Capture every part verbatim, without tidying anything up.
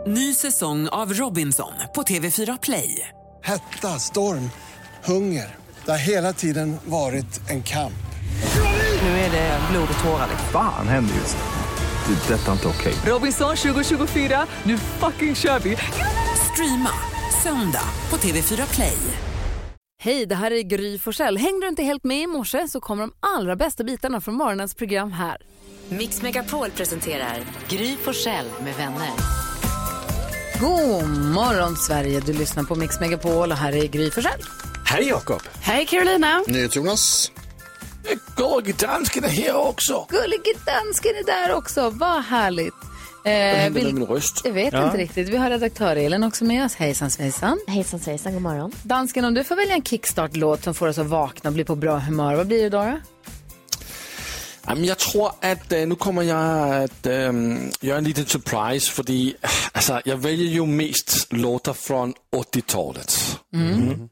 Ny säsong av Robinson på T V fyra Play. Hetta, storm, hunger. Det har hela tiden varit en kamp. Nu är det blod och tårar. Fan händer just det. Det är detta inte okej. Robinson tjugo tjugofyra, nu fucking kör vi. Streama söndag på T V fyra Play. Hej, det här är Gry Forssell. Hängde du inte helt med i morse så kommer de allra bästa bitarna från morgonens program här. Mix Megapol presenterar Gry Forssell med vänner. God morgon Sverige, du lyssnar på Mix Megapol och här är Gry Forssell. Hej Jakob. Hej Carolina. Jonas. Gullige dansken är här också. Gullige dansken är där också, vad härligt. Eh, vill... min röst. Jag vet ja. inte riktigt, vi har redaktör Elin också med oss. Hejsan svejsan. Hejsan svejsan, god morgon. Dansken, om du får välja en kickstart-låt som får oss att vakna och bli på bra humör, vad blir det då då? Jag tror att nu kommer jag att ähm, göra en liten surprise, för alltså, jag väljer ju mest låtar från åttiotalet. Mm. Mm.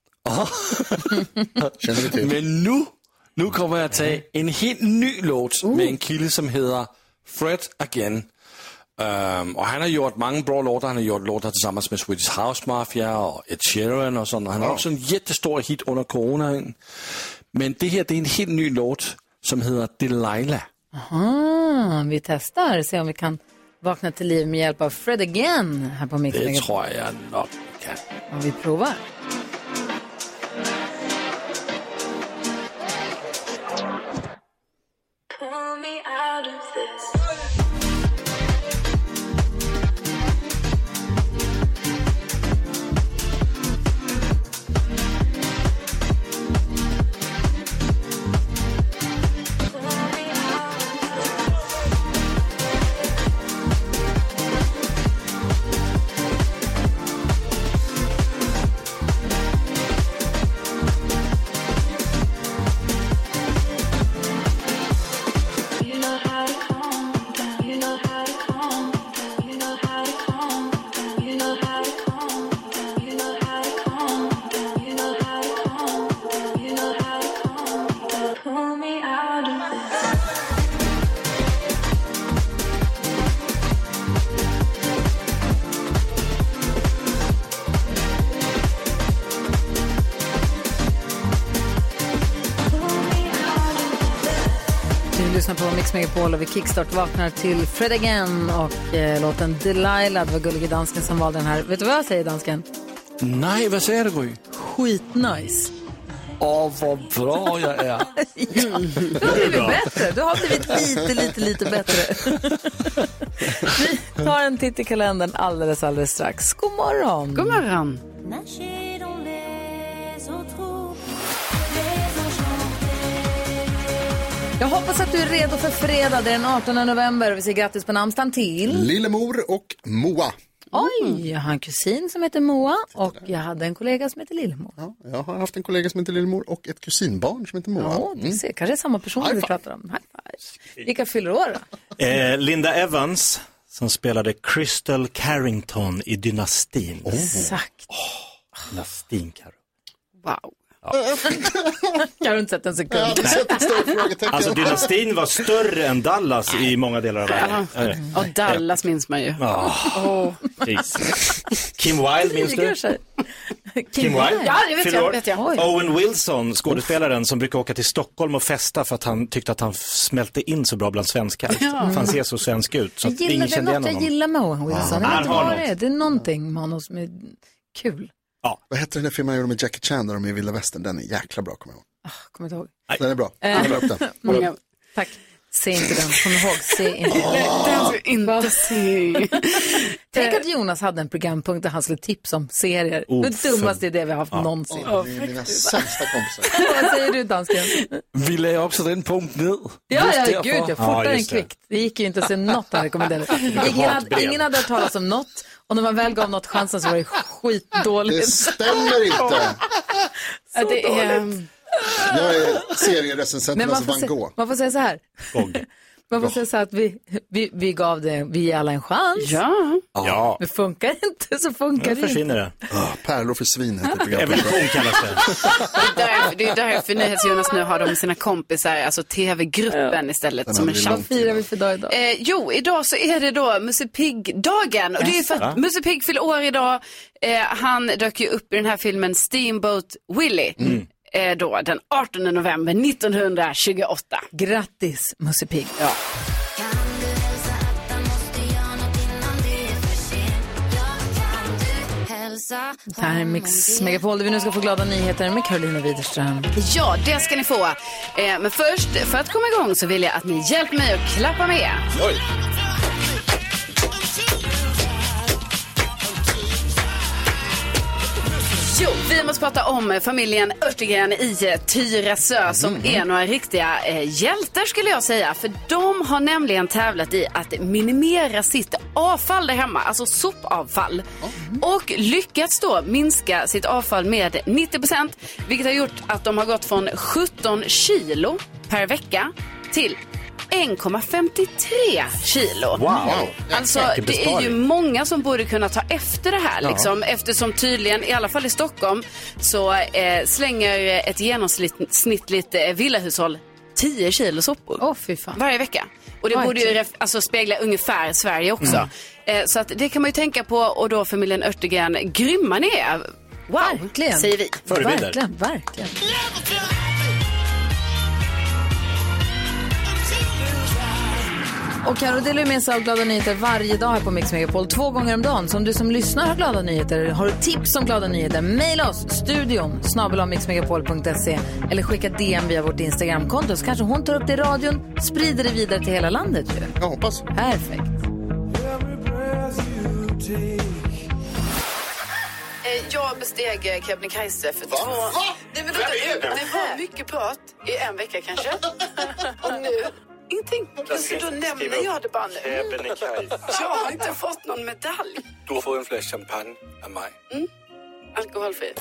Men nu, nu kommer jag att ta en helt ny låt uh. med en kille som heter Fred Again. Um, och han har gjort många bra låtar. Han har gjort låtar tillsammans med Swedish House Mafia och Ed Sheeran och sånt. Han har också en jättestor hit under corona. Men det här, det är en helt ny låt som heter Delilah. Aha, vi testar. Se om vi kan vakna till liv med hjälp av Fred Again här på Mix Det Megapol. tror jag nog kan. Och vi provar. Pull me out of this. På Mix Megapol och vi kickstart vaknar till Fred Again och eh, låten Delilah. Det var Gullige dansken som valde den här. Vet du vad jag säger, dansken? Nej, vad säger du, Gry? Skitnice. Åh, vad bra jag är. Ja, du har blivit bättre. Du har blivit lite, lite, lite bättre. Vi tar en titt i kalendern alldeles, alldeles strax. God morgon. God morgon. Jag hoppas att du är redo för fredag, det är den artonde november. Vi säger grattis på namnsdagen till Lillemor och Moa. Oj, jag har en kusin som heter Moa och jag hade en kollega som heter Lillemor. Ja, jag har haft en kollega som heter Lillemor och ett kusinbarn som heter Moa. Ja, du ser, kanske är samma person vi pratar om. High five. Vilka fyller år då? Eh, Linda Evans som spelade Crystal Carrington i Dynastin. Oh. Exakt. Oh, Dynastin, Karo. Wow. Ja. Jag har inte sett en sekund. Ja, alltså Dynastin var större än Dallas i många delar av världen. Ja. Mm. Och Dallas minns man ju. Oh. Oh. Kim Wilde minns du? Kim, Kim Wilde? Ja, det vet jag. Vet jag. Owen Wilson, skådespelaren som brukar åka till Stockholm och festa för att han tyckte att han smälte in så bra bland svenskar. Ja. För han ser så svensk ut. Så jag gillar, det är något jag gillar med Owen Wilson. Ja. Jag vet inte vad det är. Det är någonting med honom som är kul. Ja. Vad heter den där filmen jag gjorde med Jackie Chan där de är i Vilda Västern? Den är jäkla bra, kommer jag ihåg. Oh, kommer inte ihåg. Den är bra. Jag upp den. Många. Tack. Se inte den. Kom ihåg, se inte oh, den. Den inte se. Tänk att Jonas hade en programpunkt där han skulle tipsa om serier. Oh, det dummaste är det vi har haft ja. någonsin. Oh, det är mina sämsta kompisar. Vad säger du, dansken? Vi lägger också den punkt ner. Ja, ja, gud, jag fortare ja, än kvickt. Det gick ju inte att se något han rekommenderade. Ingen hade, ingen hade hört talas om något. Och när man väl gav något chansen så var det skitdåligt. Det stämmer inte. Så det är... Jag är serierecensenternas Van Gogh. Man får säga så här. Gogh. Man får säga så att vi, vi, vi gav det, vi ger alla en chans. Ja. Ja. Men funkar det inte så funkar det försvinner inte. det. Oh, pärlor för svin heter programmet. Evolution kallas det. Det är därför, det är därför NyhetsJonas nu har de sina kompisar, alltså tv-gruppen istället Den som har en vi chatt. långt Vad firar vi för dag idag? Eh, jo, idag så är det då Musse Pigg-dagen. Och det är för att Musse Pigg fyller år idag. Eh, han dök ju upp i den här filmen Steamboat Willie. Mm. Eh, då, den artonde november nittonhundratjugoåtta. Grattis, Musse Pigg. Ja. Det här är Mix Megapol där vi nu ska få glada nyheter med Carolina Widerström. Ja, det ska ni få. Eh, men först, för att komma igång så vill jag att ni hjälper mig att klappa med. Oj. Jo, vi måste prata om familjen Örtegren i Tyresö som mm. är några riktiga eh, hjältar skulle jag säga. För de har nämligen tävlat i att minimera sitt avfall där hemma, alltså sopavfall. Mm. Och lyckats då minska sitt avfall med nittio procent, vilket har gjort att de har gått från sjutton kilo per vecka till en komma femtiotre kilo. Wow. Alltså det är ju många som borde kunna ta efter det här liksom, eftersom tydligen, i alla fall i Stockholm, så eh, slänger ett genomsnittligt eh, villahushåll tio kilo sopor oh, fy fan. varje vecka. Och det Oj, borde ju ref- alltså, spegla ungefär Sverige också. Mm. Eh, så att det kan man ju tänka på, och då familjen Örtegren, grymma ni är. Wow, verkligen. Säger vi. Förebilder. Verkligen, verkligen. Och Karo delar med sig av glada nyheter varje dag här på Mix Megapol, två gånger om dagen. Så om du som lyssnar har glada nyheter, har du tips om glada nyheter, mejla oss, studion, snabel-a mixmegapol punkt se, eller skicka D M via vårt Instagramkonto, så kanske hon tar upp det i radion, sprider det vidare till hela landet. Ju. Jag hoppas. Perfekt. Jag besteg Kebnekaise för Va? två... Va? Nej, men det, det, det var mycket prat i en vecka kanske. Och nu... Ingenting. Så då nämner jag det bara nu. Jag har inte fått någon medalj. Du har fått en flaska champagne av mig. Mm. Alkoholfri.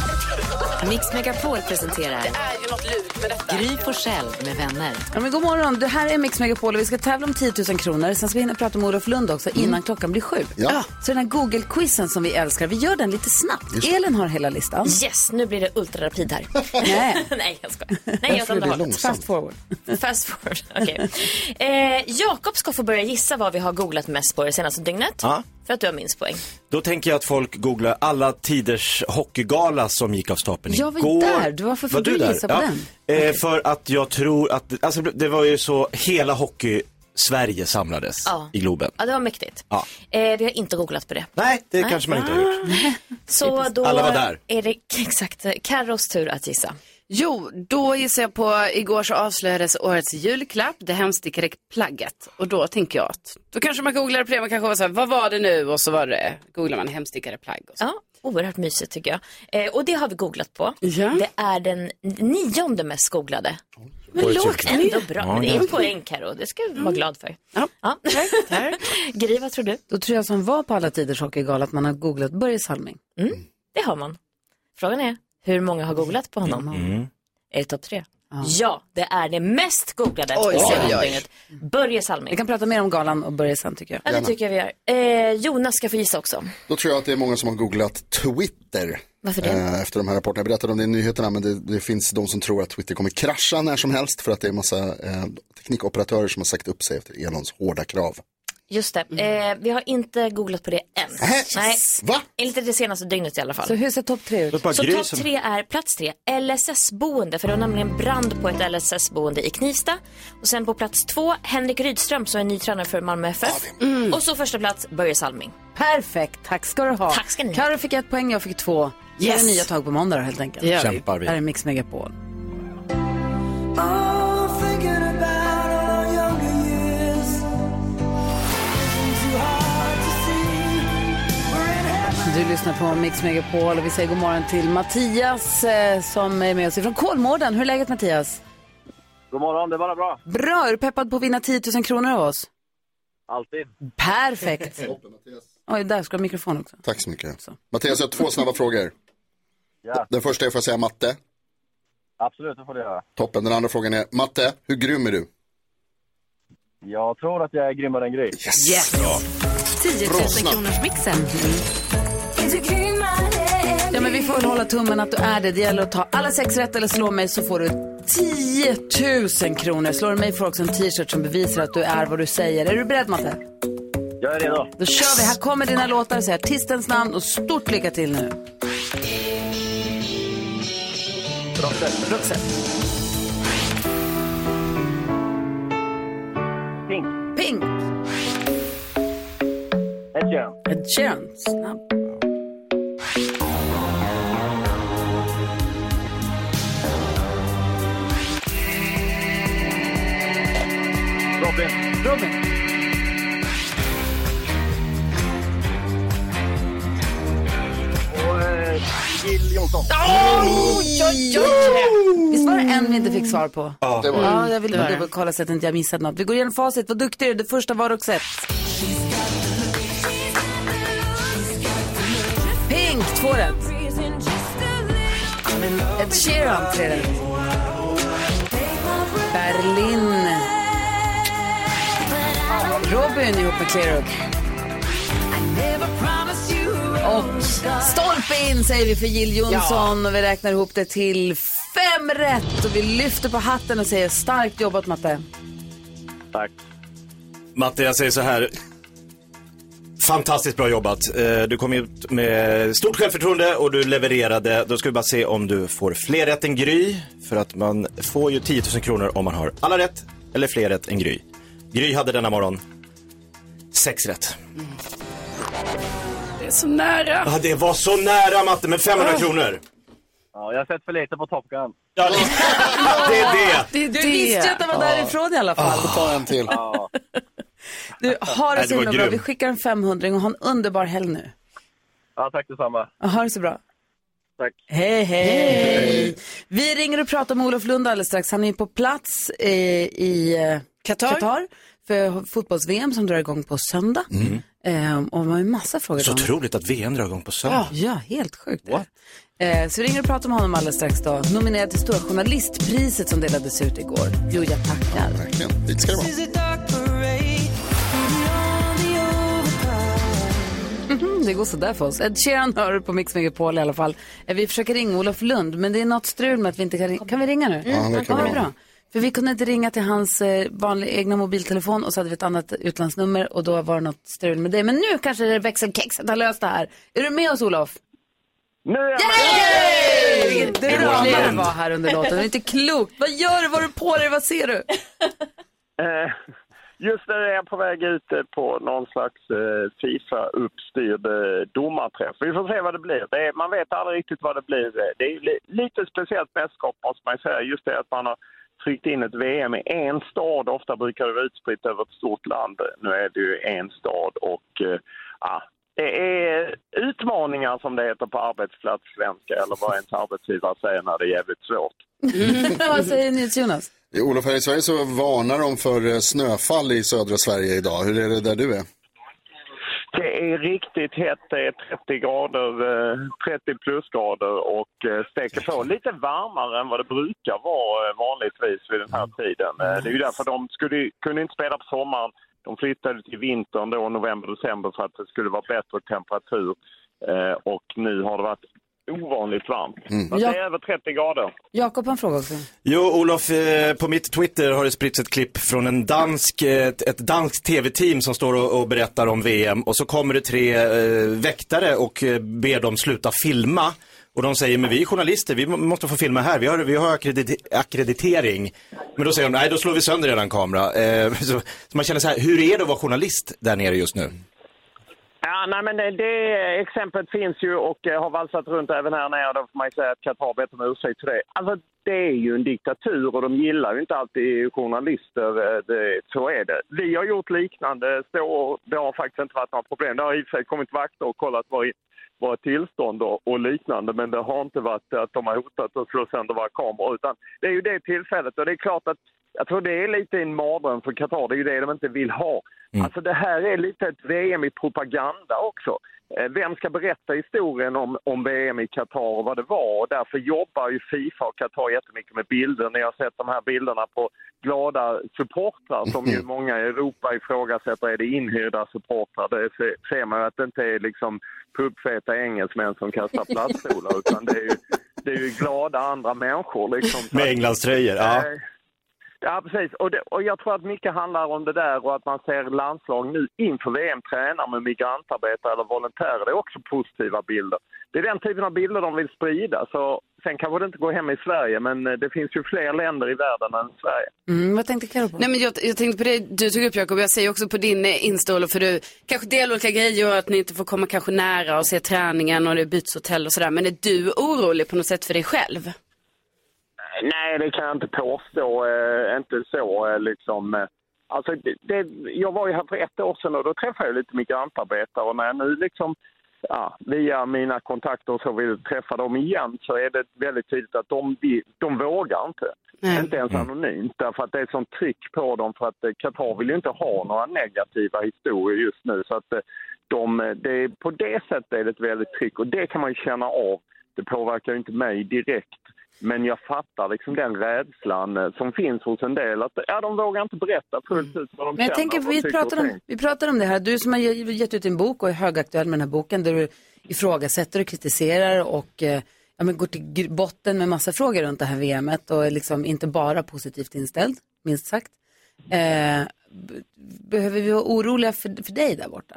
Mix Megapol presenterar Det är ju något lurt med detta. Gry Forssell med vänner. Ja, men god morgon, det här är Mix Megapol och vi ska tävla om tio tusen kronor. Sen ska vi hinna prata med Olof Lund också innan mm. klockan blir sju. Ja. Så den här Google-quizen som vi älskar, vi gör den lite snabbt. Elin har hela listan. Yes, nu blir det ultrarapid här. Nej. Nej, jag skojar. Nej, jag tar det hållet. Fast forward. Fast forward, okej. Okay. Eh, Jakob ska få börja gissa vad vi har googlat mest på det senaste dygnet. Ja. För att du har minst poäng. Då tänker jag att folk googlar alla tiders hockeygala som gick av stapeln jag igår. Jag var där, du, varför får du du gissa på ja. den? Eh, okay. För att jag tror att, alltså det var ju så, hela hockey Sverige samlades ja. i Globen. Ja, det var mäktigt. Ja. Eh, vi har inte googlat på det. Nej, det Nej. kanske man inte har gjort. Så då alla var där. Är det exakt Carros tur att gissa. Jo, då gissar jag på, igår så avslöjades årets julklapp, det hemstickade plagget. Och då tänker jag att, då kanske man googlade på det, man kanske var så här, vad var det nu? Och så var det, googlar man hemstickade plagg. Och så. Ja, oerhört mysigt tycker jag. Eh, och det har vi googlat på. Ja. Det är den nionde mest googlade. Men lågt ändå bra, ja, men det är en poäng, Karo. Det ska vi vara glad för. Ja, ja. Gry, vad tror du? Då tror jag som var på alla tiders hockeygala att man har googlat Börje Salming. Mm, det har man. Frågan är, hur många har googlat på honom? Mm. Är det topp tre? Ja. ja, det är det mest googlade. Oj, oj, oj. Börje Salming. Vi kan prata mer om galan och Börje sen tycker jag. Ja, det tycker jag vi gör. Eh, Jonas ska få gissa också. Då tror jag att det är många som har googlat Twitter. Varför det? Eh, efter de här rapporterna. Jag berättade om det i nyheterna, men det, det finns de som tror att Twitter kommer krascha när som helst för att det är en massa eh, teknikoperatörer som har sagt upp sig efter Elons hårda krav. Just det. Eh, vi har inte googlat på det än. Äh, Nej. Va? Inte det senaste dygnet i alla fall. Så hur ser topp tre ut? Så topp tre är plats tre, L S S-boende. För det var nämligen brand på ett L S S-boende i Knivsta. Och sen på plats två, Henrik Rydström som är ny tränare för Malmö F F. Mm. Och så första plats, Börje Salming. Perfekt, tack ska du ha. Tack ska ni ha. Karo fick ett poäng, jag fick två. Ge yes. nya tag på måndag helt enkelt. Ja, kämpar vi. Här är Mix Megapol. Du lyssnar på Mix Megapol och vi säger god morgon till Mattias eh, som är med oss från Kolmården. Hur är läget, Mattias? God morgon, det är bara bra. Bra, är du peppad på att vinna tio tusen kronor av oss? Alltid. Perfekt. Oj, där ska mikrofon också. Tack så mycket. Så. Mattias, jag har två snabba frågor. Ja. Den första är, får jag säga matte? Absolut, det får du göra. Toppen. Den andra frågan är, matte, hur grym är du? Jag tror att jag är grymmare än Gry. Yes! Yes. Ja. tio tusen kronors mixen. Ja, men vi får väl hålla tummen att du är det. Det gäller att ta alla sex rätt eller slå mig så får du tio tusen kronor. Slår du mig får också en t-shirt som bevisar att du är vad du säger. Är du beredd, Matte? Jag är redo. Då kör vi. Här kommer dina låtar. Säg artistens namn och stort lycka till nu. Roxette. Roxette. Pink. Pink. Ed Sheeran. Ed Sheeran. Snabb. Robin. Robin. Och eh, Jill Johnson. Oh, oj, oj, oj. Visst var det en vi inte fick svar på? Ja, det var det. Ja, jag vill bara kolla så att inte jag missade något. Vi går igenom facit. Vad duktig är du? Det första var Roxette. Pink, två rätt. Ed Sheeran, tre rätt. Berlin. Robin ihop med Clear Up. Och stolpe in säger vi för Jill Johnson. Ja. Och vi räknar ihop det till fem rätt. Och vi lyfter på hatten och säger starkt jobbat, Matte. Tack. Matte, jag säger så här. Fantastiskt bra jobbat. Du kom ut med stort självförtroende och du levererade. Då ska vi bara se om du får fler rätt än Gry. För att man får ju tio tusen kronor om man har alla rätt eller fler rätt än Gry. Gry hade denna morgon sex rätt. Mm. Det är så nära. Ja, det var så nära, Matte, med femhundra kronor. Ja, jag har sett för lite på Top Gun. Ja, det är det. det, är det. Du visste ju att det var därifrån i alla fall. Ja, ta en till. Ja. Du har det Nej, så det himla var bra. grym. Vi skickar en femhundring och har en underbar helg nu. Ja, tack detsamma. Ja, ha det så bra. Tack. Hej, hej, hej. Vi ringer och pratar med Olof Lund alldeles strax. Han är på plats eh, i eh, Qatar. Qatar för fotbolls-V M som drar igång på söndag. Mm. Eh, och man har ju massa frågor. Så otroligt att V M drar igång på söndag. Ja, ja, helt sjukt. Eh, så vi ringer och pratar med honom alldeles strax då. Nominerad till Stora Journalistpriset som delades ut igår. Jo, jag tackar. Ja, verkligen. Det ska det vara. Mm, det går så där för oss. Ed Sheeran hör på Mix Megapol i alla fall. Eh, vi försöker ringa Olof Lund, men det är något strul med att vi inte kan ringa. Kan vi ringa nu? Ja, det kan ja, bra. bra. För vi kunde inte ringa till hans eh, vanliga egna mobiltelefon och så hade vi ett annat utlandsnummer och då var det något strul med det. Men nu kanske det är växelkexet har löst det här. Är du med oss, Olof? Nu är jag Yay! Vilket Det var drömligare han. var här under låten. Det är inte klokt. Vad gör du? Vad har du på dig? Vad ser du? Eh, just nu är jag på väg ut eh, på någon slags eh, FIFA-uppstyrd eh, domarträff. Vi får se vad det blir. Det är, man vet aldrig riktigt vad det blir. Det är li- lite speciellt mästerskap måste man säga. Just det att man har tryckt in ett V M i en stad. Ofta brukar det vara utspritt över ett stort land. Nu är det ju en stad och eh, ja, det är utmaningar som det heter på arbetsplats svenska eller vad ens arbetsgivare säger när det är jävligt svårt. Vad säger Nils Jonas? I Olof, här i Sverige så varnar de för eh, snöfall i södra Sverige idag. Hur är det där du är? Det är riktigt hett, det är trettio grader, eh, trettio plusgrader och eh, steker på. Lite varmare än vad det brukar vara eh, vanligtvis vid den här tiden. Eh, det är ju därför de skulle, kunde inte spela på sommaren. De flyttade till vintern då, november, december, för att det skulle vara bättre temperatur. Eh, och nu har det varit ovanligt varmt. Mm. Det är över trettio grader. Jakob har en fråga också. Jo, Olof, eh, på mitt Twitter har det spritts ett klipp från en dansk, ett, ett danskt tv-team som står och, och berättar om V M. Och så kommer det tre eh, väktare och eh, ber dem sluta filma. Och de säger, men vi är journalister, vi måste få filma här, vi har, vi har akkredit- akkreditering. Men då säger de, nej då slår vi sönder redan kamera. Eh, så, så man känner så här, hur är det att vara journalist där nere just nu? Ja, nej men det, det exemplet finns ju och eh, har valsat runt även här nere. Då får man ju säga att Qatar ber om ursäkt för det. Alltså det är ju en diktatur och de gillar ju inte alltid journalister. Det, så är det. Vi har gjort liknande så det har faktiskt inte varit några problem. Det har i och för sig kommit vakter och kollat vad, vad tillstånd och, och liknande. Men det har inte varit att de har hotat att slå sönder våra kameror. Utan det är ju det tillfället och det är klart att jag tror det är lite en mardröm för Qatar. Det är ju det de inte vill ha. Mm. Alltså det här är lite ett V M i propaganda också. Vem ska berätta historien om, om V M i Qatar och vad det var? Och därför jobbar ju FIFA och Qatar jättemycket med bilder. När jag har sett de här bilderna på glada supportrar som ju många i Europa ifrågasätter, är det inhyrda supportrar? Det ser man ju att det inte är liksom pubfeta engelsmän som kastar plaststolar utan det är ju, det är ju glada andra människor. Liksom. Med Englandströjor, ja. Ja, precis. Och, det, och jag tror att mycket handlar om det där och att man ser landslag nu inför V M tränar med migrantarbetare eller volontärer. Det är också positiva bilder. Det är den typen av bilder de vill sprida. Så sen kan det inte gå hem i Sverige, men det finns ju fler länder i världen än Sverige. Mm, vad tänkte Karo på? Nej, men jag, jag tänkte på det du tog upp, Jakob. Jag säger också på din Insta, för du kanske delar olika grejer och att ni inte får komma kanske nära och se träningen och det byts hotell och sådär. Men är du orolig på något sätt för dig själv? Nej, det kan jag inte påstå. Eh, inte så eh, liksom. Eh, alltså, det, det, jag var ju här för ett år sedan och då träffade jag lite migrantarbetare. Och när jag nu liksom, ja, via mina kontakter så vill träffa dem igen så är det väldigt tydligt att de, de vågar inte. Mm. Inte ens anonymt. Därför att det är sånt tryck på dem för att eh, Qatar vill ju inte ha några negativa historier just nu. Så att eh, de, det, på det sättet är det ett väldigt tryck och det kan man ju känna av. Det påverkar ju inte mig direkt. Men jag fattar liksom den rädslan som finns hos en del. Att, ja, de vågar inte berätta fullt ut vad de Men jag känner. tänker, vi pratar, om, vi pratar om det här. Du som har gett ut en bok och är högaktuell med den här boken. Där du ifrågasätter och kritiserar och ja, men går till botten med massa frågor runt det här V M:et. Och är liksom inte bara positivt inställd, minst sagt. Eh, behöver vi vara oroliga för, för dig där borta?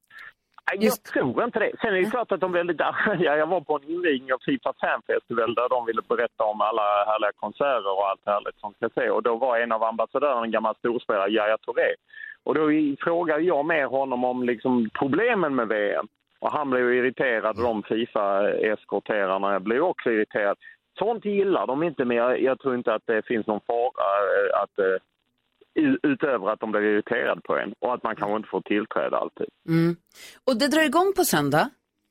Jag Just... tror inte det. Sen är det klart att de är väldigt arga. Jag var på en invigning av FIFA Fan Festival där de ville berätta om alla härliga konserter och allt härligt som ska se. Och då var en av ambassadörerna en gammal storspelare, Yaya Touré. Och då frågade jag med honom om liksom problemen med V M. Och han blev irriterad och de FIFA-eskorterarna blev också irriterade. Sånt gillar de inte, men jag, jag tror inte att det finns någon fara att... utöver att de blir irriterade på en och att man kanske inte får tillträde alltid. Mm. Och det drar igång på söndag?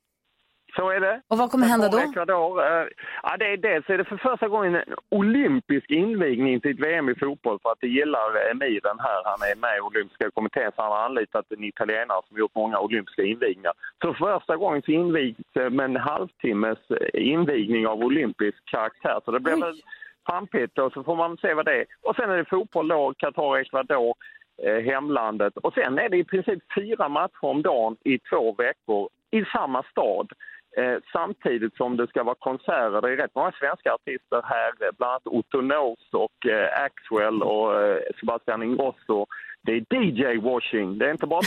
Så är det. Och vad kommer hända då? Ecuador, äh, ja, det är det. Så är det för första gången en olympisk invigning till ett V M i fotboll för att det gillar Emiren här. Han är med i olympiska kommittén så han har anlitat en italienare som gjort många olympiska invigningar. Så för första gången så invigs med en halvtimmes invigning av olympisk karaktär. Så det blir väl pampigt och så får man se vad det är. Och sen är det fotboll då, Qatar, Ecuador, eh, hemlandet. Och sen är det i princip fyra matcher om dagen i två veckor i samma stad. Eh, samtidigt som det ska vara konserter. Det är rätt många svenska artister här, bland annat Otto Knows och eh, Axwell och eh, Sebastian Ingrosso. Det är D J-washing, det är inte bara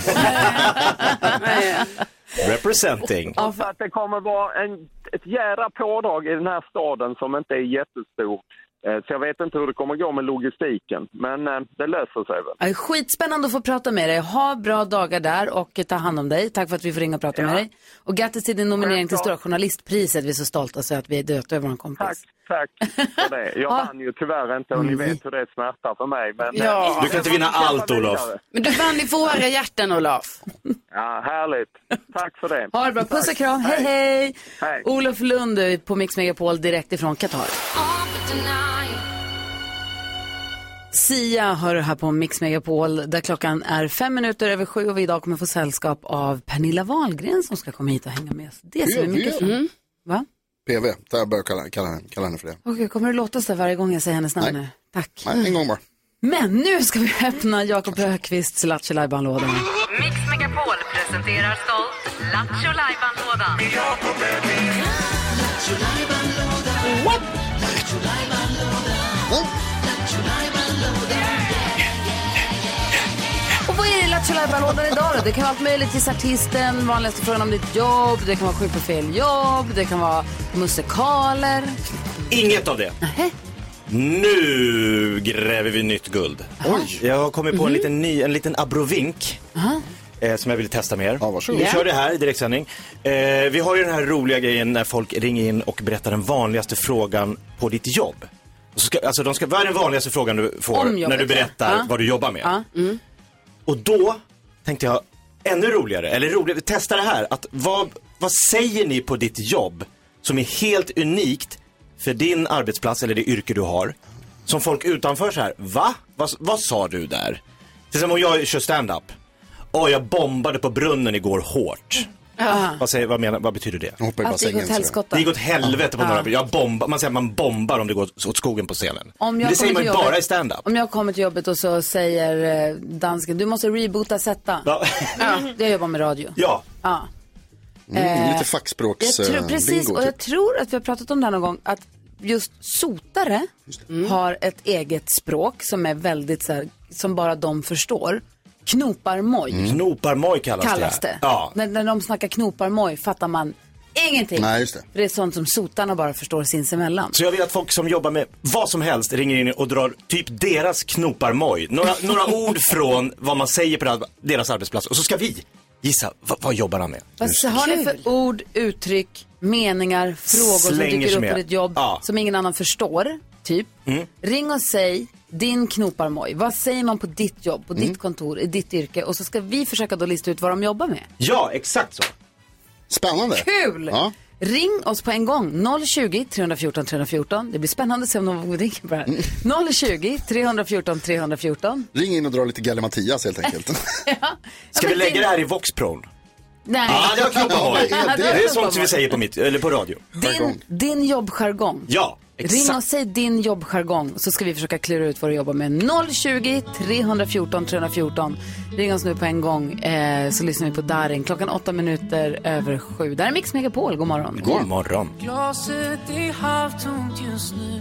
Representing. Och så att det kommer vara en, ett jädra pådrag i den här staden som inte är jättestor. Så jag vet inte hur det kommer gå med logistiken. Men det löser sig väl. Skitspännande att få prata med dig. Ha bra dagar där och ta hand om dig. Tack för att vi får ringa och prata ja. med dig. Och grattis till din nominering till Stora Journalistpriset. Vi är så stolta så att vi är döpt över vår kompis. Tack, tack för det. Jag vann ju tyvärr inte och ni vet hur det är smärta för mig. Men, ja. Du kan inte vinna allt, Olof. Men du vann i våra hjärtan, Olof. Ja, härligt. Tack för det. Ha det bra. Puss och kram. Hej, hej. hej. Olof Lund på Mix Megapol direkt ifrån Qatar. Sia hör här på Mix Megapol där klockan är fem minuter över sju och vi idag kommer få sällskap av Pernilla Wahlgren som ska komma hit och hänga med oss. Det ser vi mycket fram emot. Va? P V, där jag börjar kalla, kalla, henne, kalla henne för det. Okej, okay, kommer det låta så varje gång jag säger hennes namn nu? Tack. Nej, en gång bara. Men nu ska vi öppna Jakob Högqvists Lattjo Lajban-lådan. Mix Megapol presenterar stolt Lattjo Lajban-lådan. Lattjo Lajban-lådan. What? Lattjo Lajban-lådan. Och vad är det Lattjo Lajban-lådan idag då? Det kan vara allt möjligt till artisten, vanligaste frågan om ditt jobb, det kan vara sjuk på fel jobb, det kan vara musikaler. Inget av det. Nähä. Nu gräver vi nytt guld. Oj. Jag har kommit på mm. en liten ny, en liten abrovink. Aha. Eh, som jag vill testa med er. Ja, varsågod. Vi yeah. kör det här i direktsändning. Eh, vi har ju den här roliga grejen när folk ringer in och berättar den vanligaste frågan på ditt jobb. Så ska, alltså de ska, vad är den vanligaste frågan du får när du berättar ja. vad du jobbar med? Ja. Mm. Och då tänkte jag, ännu roligare, eller roligare, testa det här. Att vad, vad säger ni på ditt jobb som är helt unikt för din arbetsplats eller det yrke du har? som folk utanför så här, va? Vad, vad sa du där? Till exempel om jag kör stand-up. Åh, jag bombade på brunnen igår hårt. Ja. Vad, säger, vad, menar, vad betyder det? Hoppar i Att det gick åt helskotta. Det gick åt helvete på Ja. några. Jag bombar, man säger att man bombar om det går åt skogen på scenen. Om jag det säger man kommer ju till bara jobbet- i stand-up. Om jag kommer till jobbet och så säger eh, dansken, du måste reboota sätta. Ja. Ja, jag jobbar med radio. Ja. Ja. Mm, Eh, lite fackspråks Jag tror, eh, precis, bingo, och jag typ. tror att vi har pratat om det här någon gång, att just sotare har ett eget språk som är väldigt så här, som bara de förstår. Knoparmoj Mm. Knoparmoj kallas, kallas det. det. Ja. När, när de snackar knoparmoj fattar man ingenting. Nej, just det. För det är sånt som sotarna bara förstår sinsemellan. Så jag vill att folk som jobbar med vad som helst ringer in och drar typ deras knoparmoj. Några, några ord från vad man säger på deras arbetsplats. Och så ska vi gissa, vad, vad jobbar han med? Vad har ni för ord, uttryck, meningar, frågor Slänger som dyker sig upp med. på ditt jobb Ja. som ingen annan förstår, typ? Mm. Ring och säg din knoparmoj. Vad säger man på ditt jobb, på Mm. ditt kontor, i ditt yrke? Och så ska vi försöka då lista ut vad de jobbar med. Ja, exakt så. Spännande. Kul! Ja. Ring oss på en gång, noll tjugo, tre fjorton, tre fjorton. Det blir spännande att se om någon ringer på det här. noll tjugo, tre fjorton, tre fjorton. Ring in och dra lite Galle Mattias helt enkelt. Ska vi lägga det här i Voxpron? Nej. Ja, det har knoparmoj. Ja, Det är sånt som vi säger på, mitt, eller på radio. Din, din jobbjargong. Ja, exakt. Ring och säg din jobbjargong så ska vi försöka klura ut vad du jobbar med. noll tjugo, tre fjorton, tre fjorton. Ring oss nu på en gång eh, så lyssnar vi på Darin. Klockan åtta minuter över sju. Där är Mix Megapol. God morgon. God morgon. Glaset är halvtomt just nu.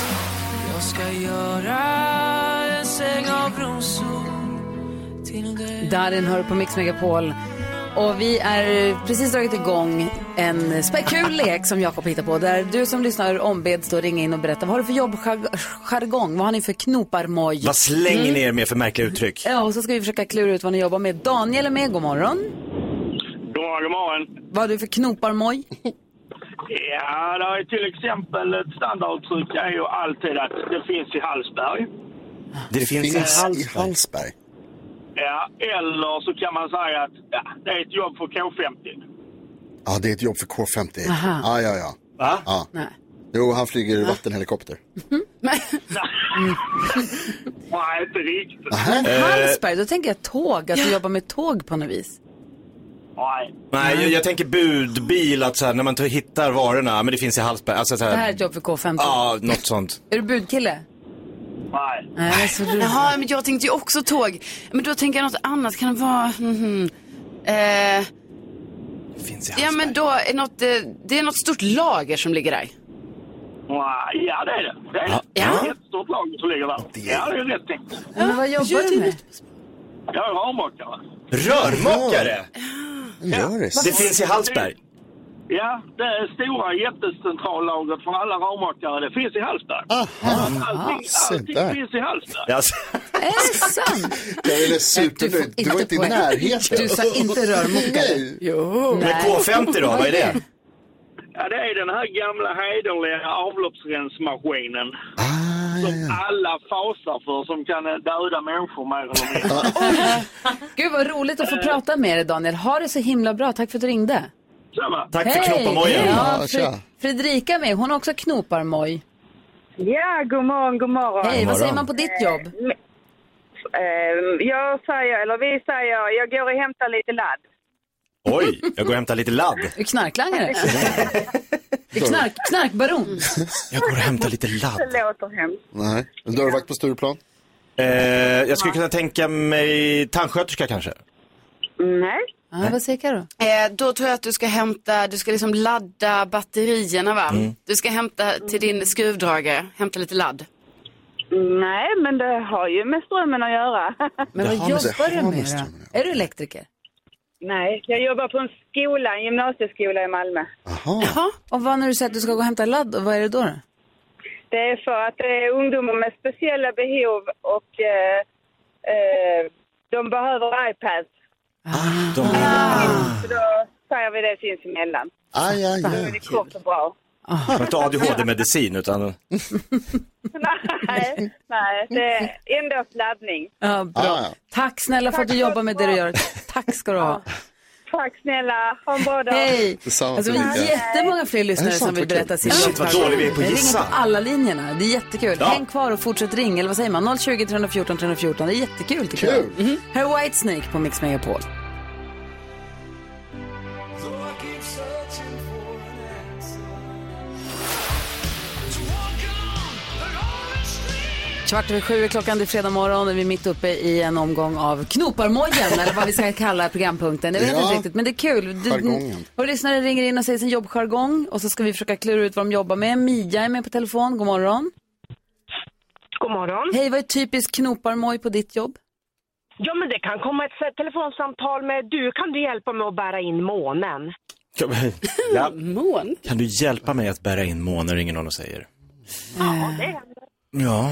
Jag ska göra en säng av rosor till dig. Darin hör på Mix Megapol. Och vi är precis dragit igång en kul lek som Jakob hittar på. Där du som lyssnar ombeds då ringa in och berätta. Vad har du för jobbjargong? Vad har ni för knoparmoj? Vad slänger Mm. ni er med för märkliga uttryck? Ja, och så ska vi försöka klura ut vad ni jobbar med. Daniel är med. God morgon. God morgon, god morgon. Vad har du för knoparmoj? Ja, det är till exempel ett standarduttryck är ju alltid att det finns i Hallsberg. Det, Det finns, finns i Hallsberg. i Hallsberg. Ja, eller så kan man säga att ja, det är ett jobb för K femtio. Ja, det är ett jobb för K femtio. Aha. Ja, ja, ja. Va? Ja. Nej. Jo, han flyger vattenhelikopter. Nej, inte riktigt. Aha. Hallsberg, då tänker jag tåg. Att du jobbar med tåg på något vis. Nej. Nej, jag, jag tänker budbil, att så här, när man tar, hittar varorna, men det finns i Hallsberg. Alltså, så här, Det här är ett jobb för K femtio. Ja, något sånt. Är du budkille? Nej. Nej, så du... Jaha, men jag tänkte ju också tåg. Men då tänker jag något annat. Kan det vara... Mhm. Eh, Det finns i ja, Hallsberg. men då är något, eh, det är något stort lager som ligger där. Nej, ja, det är det. Det är Ja. det. Ja. Ett jättestort lager som ligger där. Ja, det är rätt tänkt. Men vad jobbar du med? Jag är rörmokare. Rörmokare! Gör det. Det finns i Hallsberg. Ja, det är stora jättecentrallagret för alla rörmokare. Det finns i Hallsberg. Allting, se allting där. finns i Hallsberg. Alltså, Är det sant? Jag är supernöjd. Du var inte i poäng. närheten. Du sa inte rörmokare. Nej. Jo. men K femtio då, vad är det? Ja, det är den här gamla hederliga avloppsrensmaskinen Ah, ja, som ja. alla fasar för, som kan döda människor mer eller mindre. Gud vad roligt att få prata med dig Daniel. Ha det så himla bra. Tack för att du ringde. Samma. Tack för knoparmojen. Ja, Ja, Fre- tja. Fredrika är med. Hon har också knoparmoj. Ja, god morgon, god morgon. Hej, vad morgon. säger man på ditt jobb? Eh, jag säger, eller vi säger, jag går och hämtar lite ladd. Oj, jag går och hämtar lite ladd. Är du knarklangare? Är knark, knarkbaron? Jag går och hämtar lite ladd. Det låter hemskt. Nej. En dörrvakt på Stureplan? Eh, jag skulle kunna tänka mig tandsköterska kanske. Nej. Ja, vad säger Karo? Eh, då tror jag att du ska hämta, du ska liksom ladda batterierna va? Mm. Du ska hämta till din skruvdragare, hämta lite ladd. Nej, men det har ju med strömmen att göra. Men vad har med sig- jobbar du har med med strömmen, då? Är du elektriker? Nej, jag jobbar på en skola, en gymnasieskola i Malmö. Jaha. Jaha. Och vad när du säger att du ska gå och hämta ladd, och vad är det då? då? Det är för att det är ungdomar med speciella behov och eh, eh, de behöver iPads. De... Så då säger vi det sinsemellan. Aj, aj, Då är det aj. kort och bra. Jag har inte A D H D-medicin utan... nej, nej, det är endast laddning. Ja, bra. Ah, ja. Tack snälla för att du jobbar med det du gör. Tack ska du ha. Tack snälla. Ha en bra dag. Hej! Detsamma Alltså, vi till har Mikael. jättemånga fler lyssnare Är det sant? som vill Vad kul. berätta sin Shit, vad dålig vi är på Jag gissa. ringer på alla linjerna. Det är jättekul. Ja. Häng kvar och fortsätt ring. Eller vad säger man? noll tjugo, tre fjorton, tre fjorton. Det är jättekul tycker Kul. jag. Mm-hmm. Här är Whitesnake på Mix Megapol. Kvart över sju är klockan, det är fredag morgon och vi är mitt uppe i en omgång av knoparmojen, eller vad vi ska kalla programpunkten. Jag vet Ja, inte riktigt, men det är kul. Du, jargongen. våra lyssnare ringer in och säger sin jobbjargong och så ska vi försöka klura ut vad de jobbar med. Mia är med på telefon, god morgon. God morgon. Hej, vad är typiskt knoparmoj på ditt jobb? Ja, men det kan komma ett telefonsamtal med du, kan du hjälpa mig att bära in månen? Ja. Mån? Kan du hjälpa mig att bära in månen, ringer någon och säger. Ja, det händer. Ja.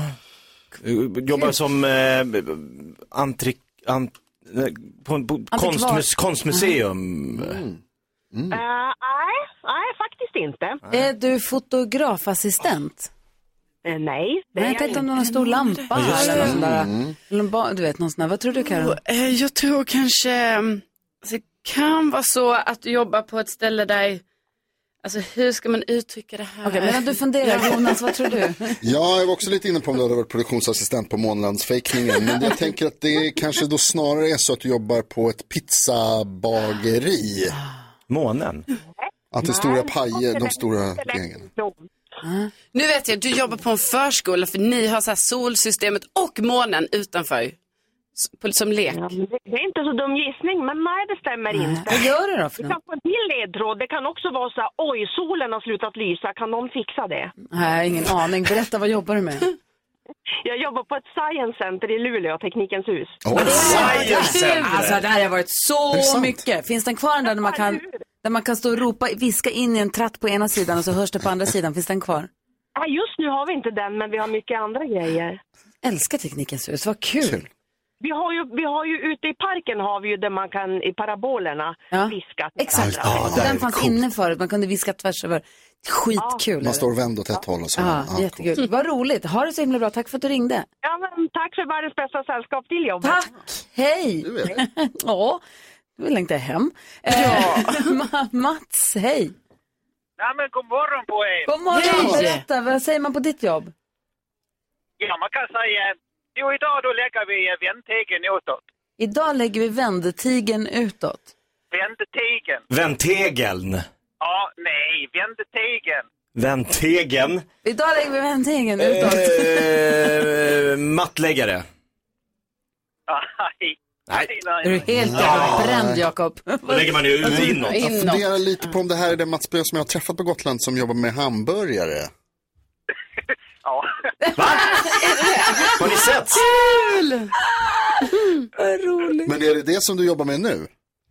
Jobbar som eh, antrik, ant, eh, på, på konstmus, konstmuseum. Mm. Mm. Uh, nej, nej, faktiskt inte. Är du fotografassistent? Uh, nej, det Nej, är jag tänkte om inte. du har en stor lampa Ja, just eller det. något sånt där. Mm. Eller en ba- du vet, någon sån där. Vad tror du, Karo? Oh, jag tror kanske... Alltså, det kan vara så att du jobbar på ett ställe där... Alltså, hur ska man uttrycka det här? Okej, medan du funderar, Jonas, vad tror du? Ja, jag var också lite inne på om du hade varit produktionsassistent på Månlandsfejkningen. Men jag tänker att det kanske då snarare är så att du jobbar på ett pizzabageri. Månen? Att det är stora pajer, de stora degen. Nu vet jag, du jobbar på en förskola för ni har så här solsystemet och månen utanför. s- på- Som lek. Ja, men det, det är inte så dum gissning, men nej, det stämmer inte. Vad gör du då för Du något? kan få en till ledtråd. Det kan också vara så här, oj, solen har slutat lysa. Kan någon fixa det? Nej, ingen aning. Berätta, vad jobbar du med? Jag jobbar på ett science center i Luleå, Teknikens hus. Alltså, där har jag varit så mycket. Finns den kvar där man kan, där man kan stå och ropa, viska in i en tratt på ena sidan och så hörs det på andra sidan? Finns den kvar? Nej, just nu har vi inte den, men vi har mycket andra grejer. Älskar Teknikens hus, vad kul. Vi har ju, vi har ju ute i parken har vi ju där man kan i parabolerna Ja. viska. Exakt, Ja, där är den det fanns coolt. inne förut, man kunde viska tvärs över. Skitkul. Man står vänd åt ett håll och så. Ja, Ja, jättekul. Vad roligt, ha det så himla bra, tack för att du ringde. Ja, men tack för världens bästa sällskap till jobbet. Tack, hej. Ja, nu längtar jag hem. Ja. Eh, Mats, hej. Ja, men god morgon på er. God morgon, berätta, vad säger man på ditt jobb? Ja, man kan säga, jo idag då lägger vi vändtegeln utåt. Idag lägger vi vändetigen utåt. Vändtegeln. Väntegeln. Ja, nej, vändtegeln. Väntegeln. Idag lägger vi vändtigen utåt. Eh, mattläggare. Nej. Nej. Är du helt jävla bränd, Jakob? Då lägger man ju ut inåt. Jag funderar lite på om det här är den Mats Bö som jag har träffat på Gotland som jobbar med hamburgare. Ja. Har ni sett? Kul! Vad roligt. Men är det det som du jobbar med nu?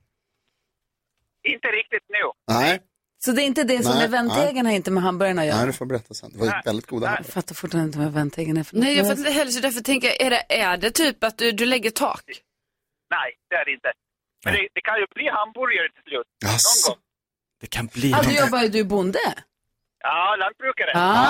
Inte riktigt nu. Nej, Så det är inte det som Nej, är vändtegen, har inte med hamburgarna att göra? nej, du får berätta sen. Det var väldigt goda Jag hamburgare. fattar fortfarande inte vad vändtegen är för något. Nej, jag fattar inte heller, så därför tänker jag, är det, är det typ att du, du lägger tak? Nej, det är det inte. Men det, det kan ju bli hamburgare till slut. Någon gång. Det kan bli... Ah, du jobbar ju, du är bonde. Ja, lantbrukare.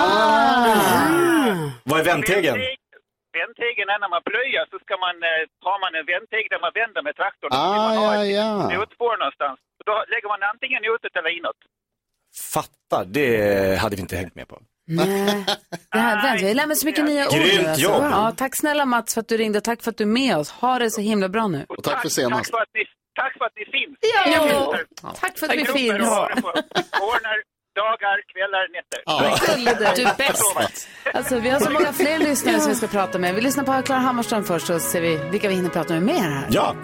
Ah. Vad är vändtegeln? Vändtegeln är när man plöjer så ska man, eh, har man en vändtegel där man vänder med traktorn. Ah, Så man har ja, ett ja. utspår någonstans. Och då lägger man antingen utåt eller inåt. Fattar, det hade vi inte hängt med på. Nej, det här, vänta, jag lär mig så mycket nya ord. Grymt nu, alltså. jobb. Ja, tack snälla Mats för att du ringde, tack för att du är med oss. Ha det så himla bra nu. Och tack för senast. Tack för att ni, tack för att ni finns. Ja, tack för att vi Grupper finns. och har det på Ordnar dagar, kvällar, nätter. Ja. Du är bäst. Alltså, vi har så många fler lyssnare som vi ska prata med. Vi lyssnar på Klara Hammarström först så ser vi vilka vi hinner prata med mer här. Ja.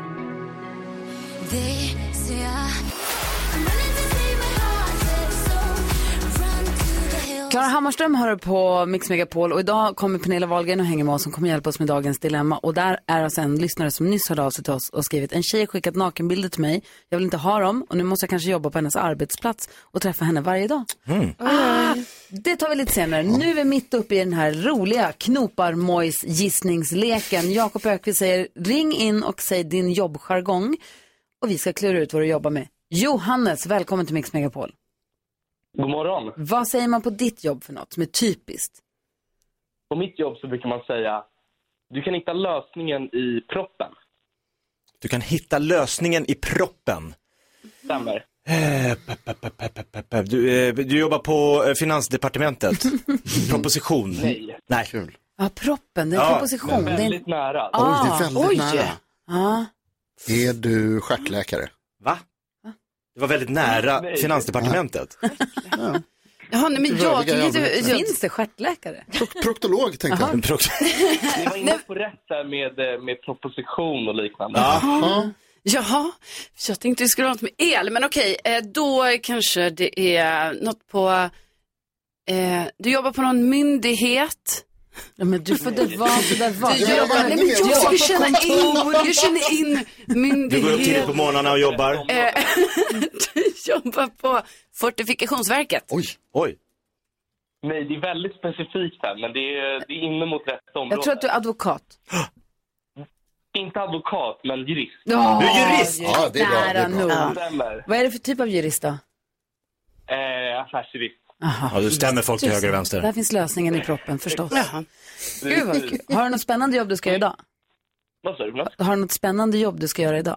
Klara Hammarström hör på Mix Megapol och idag kommer Pernilla Wahlgren och hänger med oss som kommer hjälpa oss med dagens dilemma. Och där är alltså en lyssnare som nyss hörde av sig till oss och skrivit: en tjej har skickat nakenbilder till mig. Jag vill inte ha dem och nu måste jag kanske jobba på hennes arbetsplats och träffa henne varje dag. Mm. Ah, det tar vi lite senare. Nu är vi mitt uppe i den här roliga knoparmojs gissningsleken. Jakob Ökvist säger: ring in och säg din jobbjargong och vi ska klura ut vad du jobbar med. Johannes, välkommen till Mix Megapol. God morgon. Vad säger man på ditt jobb för något som är typiskt? På mitt jobb så brukar man säga: du kan hitta lösningen i proppen. Du kan hitta lösningen i proppen. stämmer. Eh, pe- pe- pe- pe- pe- pe- pe- Du, eh, du jobbar på eh, Finansdepartementet. Proposition. Nej. Nej. Kul. Ja, proppen, det är en Ja, proposition. Men Det är väldigt en... nära. Ah, Oj, det är väldigt oj. nära. Ja. Är du stjärtläkare? Va? Det var väldigt nära Nej. Finansdepartementet. Ja. Jaha, nej, men jag kan inte... Röviga Jag, Finns det stjärtläkare? Pro- proktolog tänkte jag. En prok- Ni var inne på rätt där med, med proposition och liknande. Ja. jaha, jag tänkte det skulle vara något med el. Men okej, eh, då kanske det är något på... Eh, du jobbar på någon myndighet. Ja, men du får det vara så där var. Du jobbar, nej, men jag försöker känna in, jag känner in myndighet. Du går upp tidigt på morgnarna och jobbar. Eh, du jobbar på Fortifikationsverket. Oj. Oj. Nej, det är väldigt specifikt här, men det är, det är inne mot rätt område. Jag tror att du är advokat. Inte advokat, men jurist. Ja, Du är jurist. Ja, det är bra. Det är bra. Nära nog. Stämmer. Vad är det för typ av jurist då? Eh, affärsjurist. Ja, du stämmer folk till höger och vänster. Där finns lösningen i proppen förstås. Jaha. Gud vad kul. Har du något spännande jobb du ska göra idag? Vad sa du? Förlåt? Har du något spännande jobb du ska göra idag?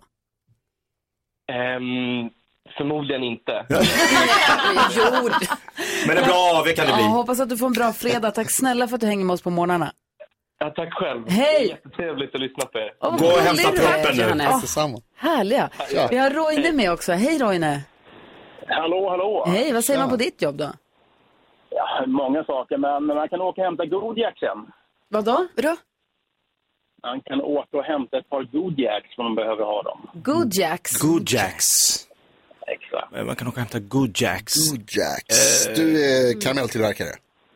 Ehm, förmodligen inte. Jo, Men en bra A V kan det Ja, bli. hoppas att du får en bra fredag. Tack snälla för att du hänger med oss på morgnarna. Ja, tack själv. Hej! Det är jättetrevligt att lyssna på er. Oh, Gå och hämta proppen nu. Ja, Detsamma. härliga. Ja. Vi har Roine med också. Hej Roine. Hallå, hallå. Hej, vad säger Ja. man på ditt jobb då? Ja, många saker, men man kan åka och hämta godjacks sen. Vadå? Vadå? Man kan åka och hämta ett par godjacks om man behöver ha dem. Good Jacks. Good Jacks. Exakt. Man kan också hämta Good Jacks. Good Jacks. Du är karamelltillverkare.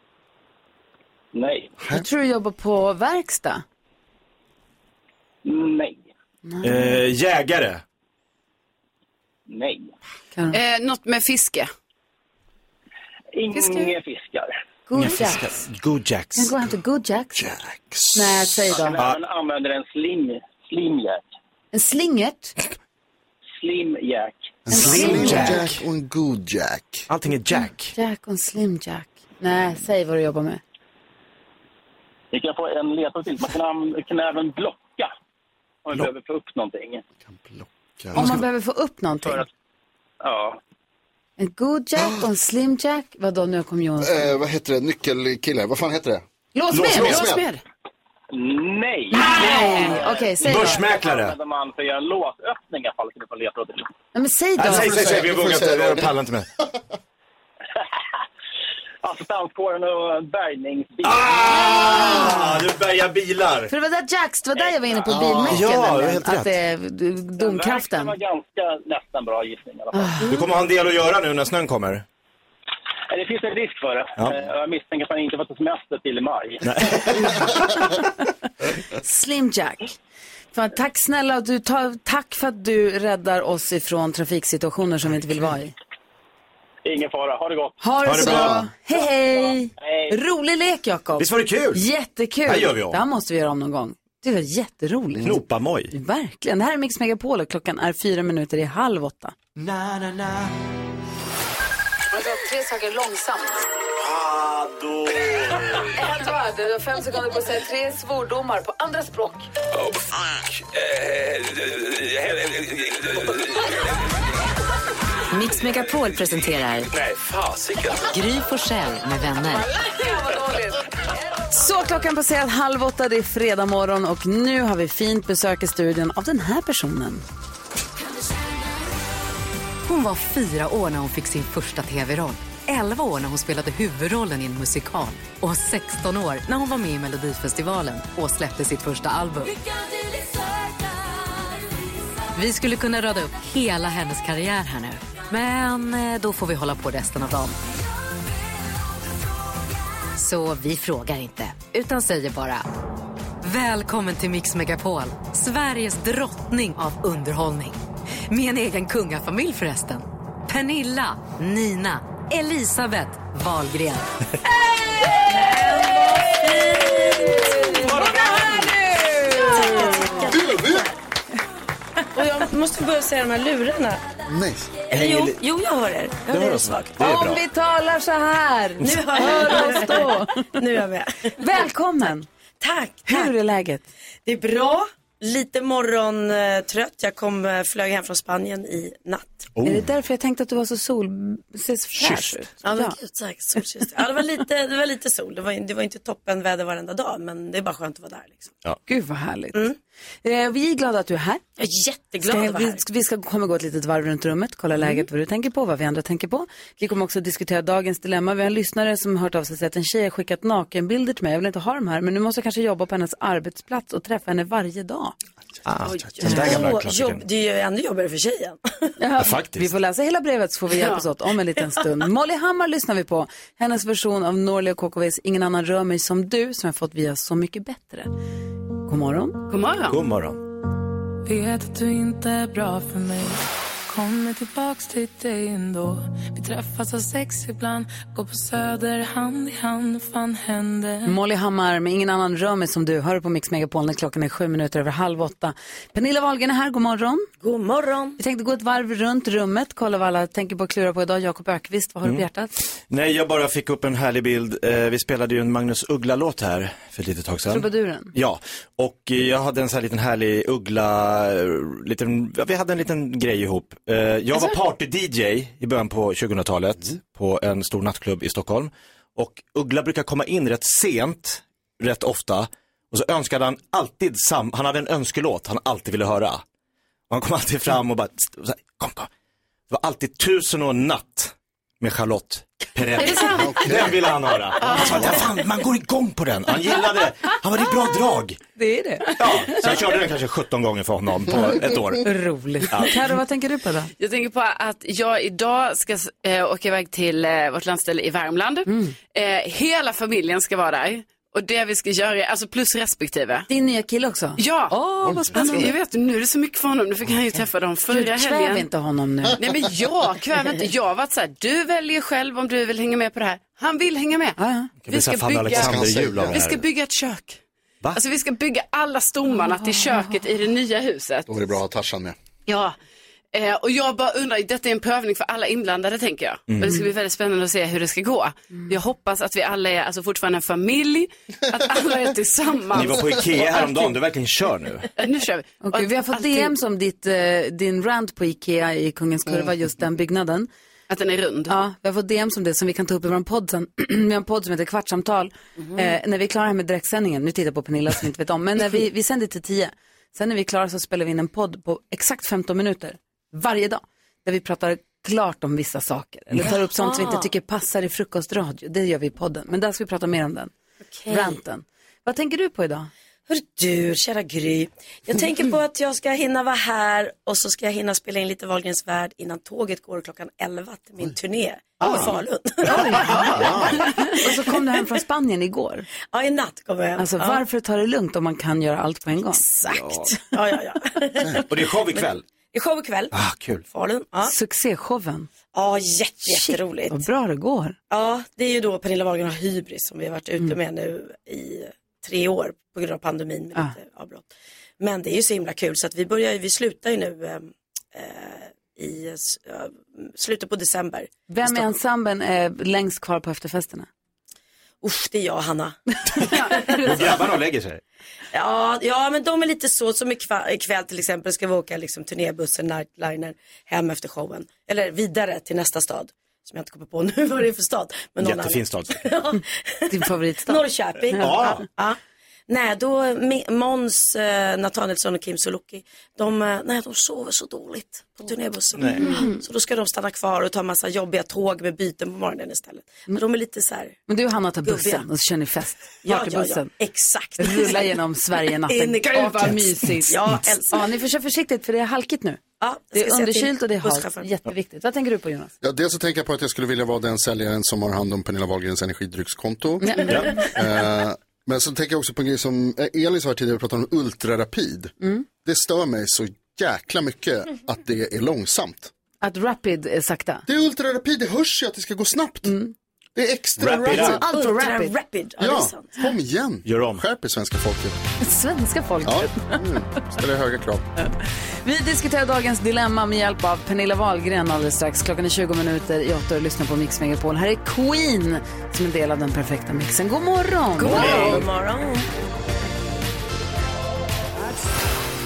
Nej. Jag tror du jobbar på verkstad. Nej. Eh, jägare. Nej. eh, något med fiske. Inga Fiskar. fiskar. Good Inga Jacks. fiskar. Good Jacks. Kan jag gå och hämta Good Jacks? Jacks. Nej, säg Man kan då. även använda en slim, slimjack. En slingert? Slimjack. En slim slim jack. jack och en good jack. Allting är Jack. Jack och en slim Jack. Nej, säg vad du jobbar med. Ni kan få en ledtråd till. Man kan, an- kan även blocka om man behöver få upp någonting. Om man behöver få upp någonting. För att, ja. En Good Jack och en slim Jack. Vadå, nu kom Jonas. Eh, vad heter det? Nyckelkille. Vad fan heter det? Låsmed! Låsmed. Låsmed! Nej. Nej! Okej, säg då. Börsmäklare. Använder man för att göra en låsöppning i alla fall. Kan du få ledtråd till. Nej, men säg då. Nej, säg, säg, säg. Vi Du får vågar säga inte. det. Jag pallar inte med. Assistanskåren och bärgningsbil. Ah, du bärgar bilar. För det var där Jacks, det var där jag var inne på Ja. bilmäcken. Ja, nämligen. helt att rätt. det är d- Den domkraften. var ganska nästan bra gissning i alla fall. Du kommer ha en del att göra nu när snön kommer. Det finns en risk för det. Ja. Eh, Jag misstänker att man inte får ta semester till i maj. Slim Jack. Fan, tack snälla att du tar, tack för att du räddar oss ifrån trafiksituationer som vi inte vill vara i. Ingen fara, ha det gott. Ha det, Ha det så bra. bra. Hej, hej. Hej. Rolig lek, Jakob. Visst var det kul? Jättekul. Det här gör vi om. Det här måste vi göra om någon gång. Det var jätteroligt. Knopamoj. Verkligen. Det här är Mix Megapol och klockan är fyra minuter i halv åtta. Na, na, na. Man ska tre saker långsamt. Hallå. En, två, du har fem sekunder på att säga tre svordomar på andra språk. Oh, fuck. Mix Megapol presenterar Nej, fasiken. Gry Forssell med vänner. Så klockan passerat halv åtta, det är fredag morgon och nu har vi fint besök i studion av den här personen. Hon var fyra år när hon fick sin första tv-roll. elva år när hon spelade huvudrollen i en musikal. Och sexton år när hon var med i Melodifestivalen och släppte sitt första album. Vi skulle kunna rada upp hela hennes karriär här nu. Men eh, då får vi hålla på resten av dagen. Så vi frågar inte, utan säger bara: välkommen till Mix Megapol, Sveriges drottning av underhållning. Med en egen kungafamilj förresten. Pernilla, Nina, Elisabeth Wahlgren. Och jag måste börja säga de här lurarna. Nej. Eller jo, jo, jag hör er. Jag hör er svagt. Om vi talar så här. Nu hör Hör oss då. Nu är jag med. Välkommen. Tack, tack. Hur är läget? Det är bra. lite morgontrött. Jag kom, flög hem från Spanien i natt. Oh. Är det därför jag tänkte att du var så sol... Ses fräsch ut? Ja, men gud, tack. Solkysst. Ja, det var lite, det var lite sol. Det var, det var inte toppen väder varenda dag, men det är bara skönt att vara där. Liksom. Ja. Gud vad härligt. Mm. Eh, vi är glada att du är här. Jag är jätteglad ska, att vara här. Vi, vi ska komma gå ett litet varv runt rummet, kolla mm. läget, vad du tänker på, vad vi andra tänker på. Vi kommer också diskutera dagens dilemma. Vi har en lyssnare som har hört av sig och sagt att en tjej har skickat nakenbilder till mig. Jag vill inte ha dem här, men nu måste jag kanske jobba på hennes arbetsplats och träffa henne varje dag. Ah, Oj, den där gamla jobb, det är ju ännu jobbigare för tjejen. Ja, faktiskt. Vi får läsa hela brevet så får vi hjälpas ja. åt om en liten stund. Molly Hammar lyssnar vi på. Hennes version av Norli och K K V:s Ingen annan rör mig som du, som jag fått via Så mycket bättre. God morgon. God morgon. God morgon. Vet att du inte är bra för mig. Kommer tillbaks till dig ändå. Vi träffas av sex ibland. Går på Söder hand i hand. Fan händer. Molly Hammar med Ingen annan rör mig som du. Hör på Mix Megapol när klockan är sju minuter över halv åtta. Pernilla Wahlgren är här, god morgon. God morgon. Vi tänkte gå ett varv runt rummet. Kolla vad alla tänker på att klura på idag. Jakob Ökvist, vad har mm. du på hjärtat? Nej, jag bara fick upp en härlig bild. Eh, vi spelade ju en Magnus Uggla-låt här för ett litet tag sedan. Trubaduren. Ja, och jag hade en sån här liten härlig Uggla... Liten, vi hade en liten grej ihop. Eh, jag var party-D J i början på tjugohundratalet mm. på en stor nattklubb i Stockholm. Och Uggla brukar komma in rätt sent, rätt ofta. Och så önskade han alltid sam... Han hade en önskelåt han alltid ville höra. Och han kom alltid fram och bara... Kom, kom. Det var alltid Tusen och en natt med Charlotte Perrelli. Okay. Den ville han höra. Han sa, fan, man går igång på den. Han gillade det. Han var det bra drag. Det är det. Ja, så jag körde den kanske sjutton gånger för honom på ett år. Roligt. Ja. Karo, vad tänker du på då? Jag tänker på att jag idag ska äh, åka iväg till äh, vårt landställe i Värmland. Mm. Äh, hela familjen ska vara där. Och det vi ska göra, alltså plus respektive. Din nya kille också? Ja. Åh, oh, vad spännande. Jag vet, nu är det så mycket för honom. Nu fick han ju träffa dem förra helgen. Du kväv inte honom nu. Nej, men jag kväv inte. Jag har varit så här, du väljer själv om du vill hänga med på det här. Han vill hänga med. Ah, ja. Vi ska, bygga, vi ska bygga ett kök. Va? Alltså vi ska bygga alla stommarna oh. till köket i det nya huset. Då är det bra att ha Tarzan med. Ja. Eh, och jag bara undrar, detta är en prövning för alla inblandade tänker jag. Mm. Men det ska bli väldigt spännande att se hur det ska gå. Mm. Jag hoppas att vi alla är alltså, fortfarande en familj. Att alla är tillsammans. Ni var på Ikea häromdagen, du verkligen kör nu. Nu kör vi. Okay, vi har fått alltid... D M som ditt, uh, din rant på Ikea i Kungens Kurva, mm. just den byggnaden. Att den är rund. Ja, vi har fått D M som det som vi kan ta upp i vår podd sen. Vi har en podd som heter Kvartsamtal. Mm. Eh, när vi är klara här med direktsändningen, nu tittar jag på Pernilla som inte vet om, men när vi, vi sänder till tio. Sen när vi är klara så spelar vi in en podd på exakt femton minuter varje dag. Där vi pratar klart om vissa saker. Eller tar upp sånt som vi inte tycker passar i frukostradio. Det gör vi i podden. Men där ska vi prata mer om den. Okay. Ranten. Vad tänker du på idag? Hör du, kära Gry. Jag tänker på att jag ska hinna vara här. Och så ska jag hinna spela in lite Wahlgrens värld innan tåget går klockan elva till min turné ah. i Falun. Och så kom du hem från Spanien igår. Ja, i natt kom jag hem. Alltså ja. varför tar det lugnt om man kan göra allt på en gång? Exakt. Ja, ja, ja. Och det är show ikväll. Det är show ikväll. Ah, kul. Falun. Ja. Succéshowen. Ja, jätte, jätteroligt. Vad bra det går. Ja, det är ju då Pernilla Wahlgren har hybris som vi har varit ute mm. med nu i tre år på grund av pandemin med ah. lite avbrott. Men det är ju så himla kul så att vi börjar vi slutar ju nu äh, i äh, slutet på december. Vem är ensemblen äh, längst kvar på efterfesterna? Usch, det är jag och Hanna. Och grabbarna lägger sig. Ja, ja, men de är lite så som ikväll, ikväll till exempel ska vi åka liksom turnébussen, nightliner hem efter showen. Eller vidare till nästa stad. Som jag inte kommer på nu vad det är för stad. Men jättefin stad. Din favoritstad. Norrköping. Ja. Ja. Ja. Nej, då Måns, eh, Nathanielsson och Kim Sulocki, de, eh, nej, de sover så dåligt på turnébussen. Mm. Så då ska de stanna kvar och ta massa jobbiga tåg med byten på morgonen istället. Men de är lite så här. Men du och Hanna tar bussen gubbiga. Och så kör ni fest. Ja, ja, ja, exakt. Rulla genom Sverige natten. Gud vad mysigt. Ja, ja, ni får köra försiktigt för det är halkigt nu. Ja, det är underkylt och det är halt. Jätteviktigt. Vad tänker du på, Jonas? Ja, dels så tänker jag på att jag skulle vilja vara den säljaren som har hand om Pernilla Wahlgrens energidryckskonto. Mm. Ja. Men så tänker jag också på en grej som Elin sa tidigare, pratade om ultrarapid. Mm. Det stör mig så jäkla mycket att det är långsamt. Att rapid är sakta? Det är ultrarapid, det hörs ju att det ska gå snabbt. Mm. Det är extra rapid. rapid. Ultra rapid. rapid. Ja, ja kom igen. Gör om. Skärp er svenska folket. Svenska folket? Ja, mm. ställer höga krav. Vi diskuterar dagens dilemma med hjälp av Pernilla Wahlgren alldeles strax. Klockan är tjugo minuter i åtta och lyssnar på Mix Megapol. Här är Queen som en del av den perfekta mixen. God morgon! God morgon! God morgon.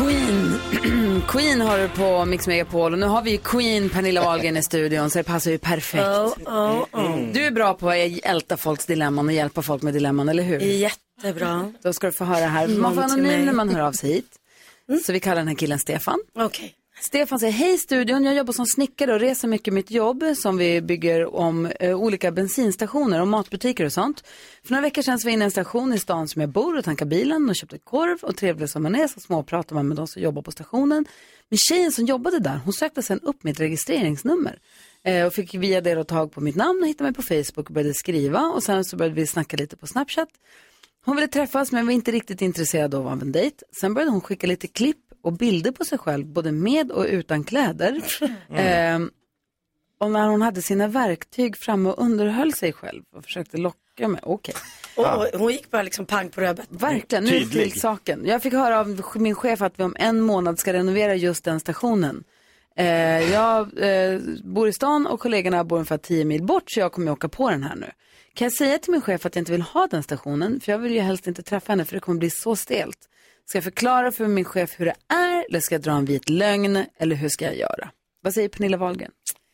Queen. Queen har du på Mix Megapol. Och nu har vi ju Queen Pernilla Wahlgren i studion, så det passar ju perfekt. Oh, oh, oh. Du är bra på att älta folks dilemman och hjälpa folk med dilemman, eller hur? Jättebra. Då ska du få höra här. Man får anonym när man hör av sig hit. Mm. Så vi kallar den här killen Stefan. Okej. Okay. Stefan säger, hej studion, jag jobbar som snickare och reser mycket mitt jobb som vi bygger om eh, olika bensinstationer och matbutiker och sånt. För några veckor sedan så var jag inne i en station i stan som jag bor och tankade bilen och köpte korv och trevligt som man är så småpratar man med de som jobbar på stationen. Men tjejen som jobbade där, hon sökte sedan upp mitt registreringsnummer eh, och fick via det då tag på mitt namn och hittade mig på Facebook och började skriva och sen så började vi snacka lite på Snapchat. Hon ville träffas men var inte riktigt intresserad av en dejt. Sen började hon skicka lite klipp och bilder på sig själv, både med och utan kläder. Mm. Eh, och när hon hade sina verktyg framme och underhöll sig själv och försökte locka mig. Okej. Okay. Och, och hon gick bara liksom pang på rödbet. Verkligen, nu är det till saken. Jag fick höra av min chef att vi om en månad ska renovera just den stationen. Eh, jag eh, bor i stan och kollegorna bor ungefär tio mil bort, så jag kommer åka på den här nu. Kan jag säga till min chef att jag inte vill ha den stationen? För jag vill ju helst inte träffa henne, för det kommer bli så stelt. Ska jag förklara för min chef hur det är, eller ska jag dra en vit lögn, eller hur ska jag göra? Vad säger Pernilla Wahlgren?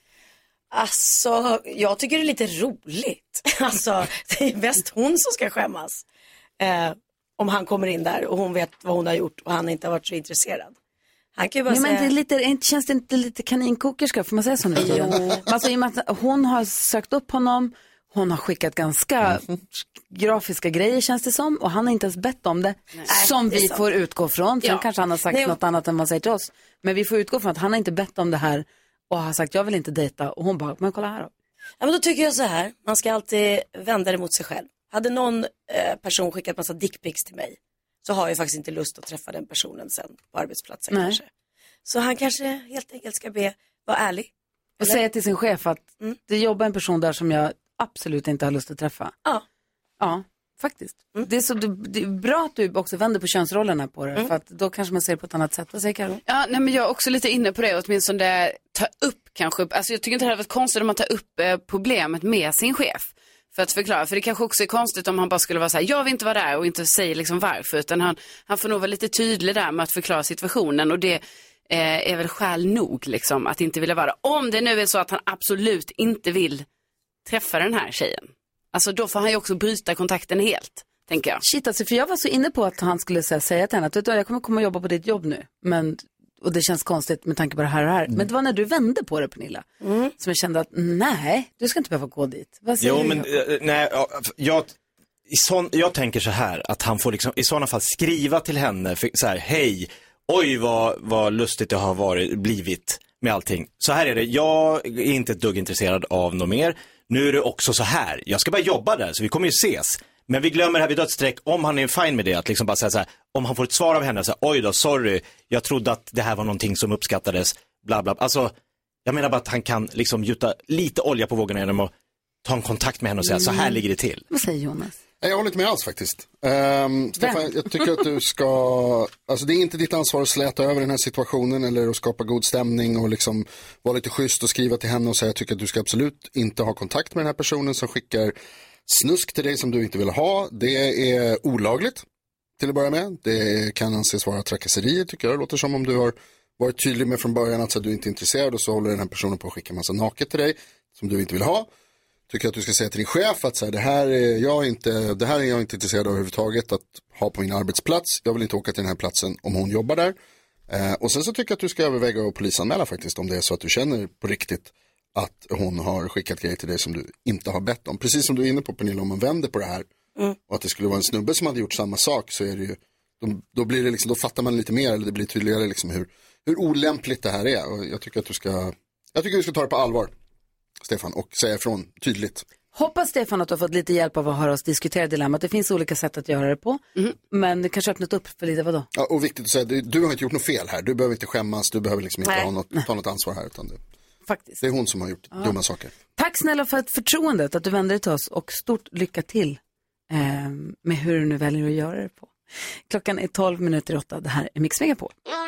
Alltså, jag tycker det är lite roligt. Alltså, det är bäst hon som ska skämmas. Eh, om han kommer in där och hon vet vad hon har gjort och han inte har varit så intresserad. Han kan ju bara ja, säga... men det är lite, känns det inte lite kaninkokerska, får man säga så nu? Jo. Alltså, i och med att hon har sökt upp honom, hon har skickat ganska mm. grafiska grejer känns det som. Och han har inte ens bett om det. Nej, som det vi sant. får utgå från. Sen ja. kanske han har sagt Nej. något annat än vad han säger till oss. Men vi får utgå från att han har inte bett om det här. Och har sagt jag vill inte dejta. Och hon bara, men kolla här då. Ja, men då tycker jag så här. Man ska alltid vända det mot sig själv. Hade någon eh, person skickat massa dickpics till mig, så har jag faktiskt inte lust att träffa den personen sen på arbetsplatsen. Nej. Kanske. Så han kanske helt enkelt ska be vara ärlig. Och säga till sin chef att mm. det jobbar en person där som jag absolut inte har lust att träffa. Ja. Ja, faktiskt. Mm. Det, är så, det, det är bra att du också vänder på könsrollerna på det. Mm. För att då kanske man ser det på ett annat sätt. Vad säger Karo? Ja, nej, men jag är också lite inne på det. Åtminstone ta upp kanske. Alltså jag tycker inte det hade varit konstigt om man tar upp eh, problemet med sin chef. För att förklara. För det kanske också är konstigt om han bara skulle vara så här, jag vill inte vara där och inte säga liksom varför. Utan han, han får nog vara lite tydlig där med att förklara situationen. Och det eh, är väl skäl nog liksom att inte vilja vara. Om det nu är så att han absolut inte vill träffa den här tjejen. Alltså då får han ju också bryta kontakten helt, tänker jag. Shit, alltså, för jag var så inne på att han skulle säga, säga till henne att vet du, jag kommer komma och jobba på ditt jobb nu. Men, och det känns konstigt med tanke på det här och här. Mm. Men det var när du vände på det, Pernilla, mm. som jag kände att nej, du ska inte behöva gå dit. Vad säger jo, du? men äh, nej, jag, i sån, jag tänker så här, att han får liksom, i sådana fall skriva till henne, för, så här, hej, oj vad, vad lustigt det har varit, blivit med allting. Så här är det, jag är inte ett dugg intresserad av något mer. Nu är det också så här, jag ska bara jobba där så vi kommer ju ses. Men vi glömmer här vid dödssträck, om han är fine med det, att liksom bara säga så här, om han får ett svar av henne, så här, oj då, sorry, jag trodde att det här var någonting som uppskattades, bla bla. Alltså, jag menar bara att han kan liksom gjuta lite olja på vågorna genom att ta en kontakt med henne och säga, mm. så här ligger det till. Vad säger Jonas? Jag håller inte med alls faktiskt. Um, Stefan, jag tycker att du ska, alltså det är inte ditt ansvar att släta över den här situationen eller att skapa god stämning och liksom vara lite schysst och skriva till henne och säga jag tycker att du ska absolut inte ha kontakt med den här personen som skickar snusk till dig som du inte vill ha. Det är olagligt till att börja med. Det kan anses vara trakasserier tycker jag. Det låter som om du har varit tydlig med från början att du inte är intresserad och så håller den här personen på att skicka en massa naket till dig som du inte vill ha. Tycker att du ska säga till din chef att så här, det, här är jag inte, det här är jag inte intresserad av överhuvudtaget att ha på min arbetsplats. Jag vill inte åka till den här platsen om hon jobbar där. Eh, och sen så tycker jag att du ska överväga att polisanmäla faktiskt om det är så att du känner på riktigt att hon har skickat grejer till dig som du inte har bett om. Precis som du är inne på Pernilla, om man vänder på det här mm. och att det skulle vara en snubbe som hade gjort samma sak så är det ju, då, då blir det liksom, då fattar man lite mer eller det blir tydligare liksom hur, hur olämpligt det här är. Och jag tycker att du ska, jag tycker att du ska ta det på allvar. Stefan, och säga ifrån tydligt. Hoppas Stefan att du har fått lite hjälp av att höra oss diskutera dilemmat. Det finns olika sätt att göra det på. Mm. Men det kanske öppnat upp för lite, vadå? Ja, och viktigt att säga, du, du har inte gjort något fel här. Du behöver inte skämmas, du behöver liksom inte ha något, ta något ansvar här. Utan det, Faktiskt. det är hon som har gjort ja. dumma saker. Tack snälla för förtroendet att du vänder dig till oss. Och stort lycka till eh, med hur du nu väljer att göra det på. Klockan är tolv minuter i åtta. Det här är Mix Megapol.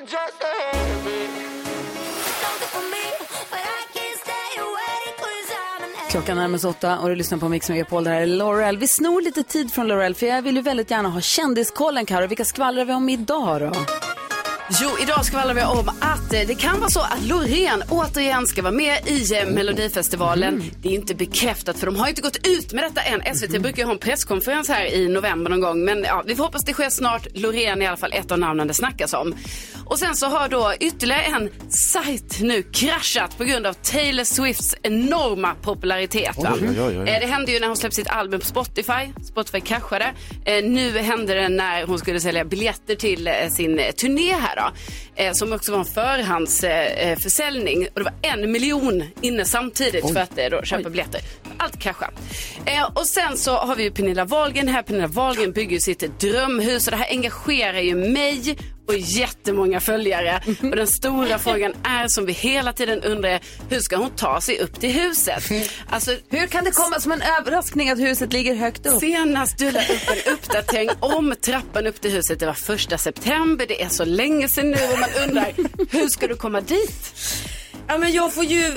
Klockan närmast åtta och du lyssnar på Mix Megapol. Det här är Laurel. Vi snor lite tid från Laurel för jag vill ju väldigt gärna ha kändiskollen, Karo. Vilka skvallrar vi om idag då? Jo, idag skvallrar vi om att eh, det kan vara så att Loreen återigen ska vara med i eh, Melodifestivalen. Mm. Det är inte bekräftat för de har inte gått ut med detta än. S V T mm. brukar ju ha en presskonferens här i november någon gång. Men ja, vi får hoppas det sker snart. Loreen är i alla fall ett av namnen det snackas om. Och sen så har då ytterligare en sajt nu kraschat på grund av Taylor Swifts enorma popularitet. Va? Oj, oj, oj, oj. Eh, det hände ju när hon släppte sitt album på Spotify. Spotify kraschade. Eh, nu hände det när hon skulle sälja biljetter till eh, sin eh, turné här då. Eh, som också var en förhandsförsäljning. Eh, och det var en miljon inne samtidigt oj. för att eh, då köpa oj. biljetter. Allt kraschat. Eh, och sen så har vi ju Pernilla Wahlgren här. Pernilla Wahlgren bygger ju sitt drömhus och det här engagerar ju mig och jättemånga följare. Mm. Och den stora frågan är som vi hela tiden undrar, hur ska hon ta sig upp till huset? Alltså, hur kan det komma som en överraskning att huset ligger högt upp? Senast du la upp en uppdatering om trappan upp till huset, det var första september, det är så länge sedan nu och man undrar, hur ska du komma dit? Ja, men jag får ju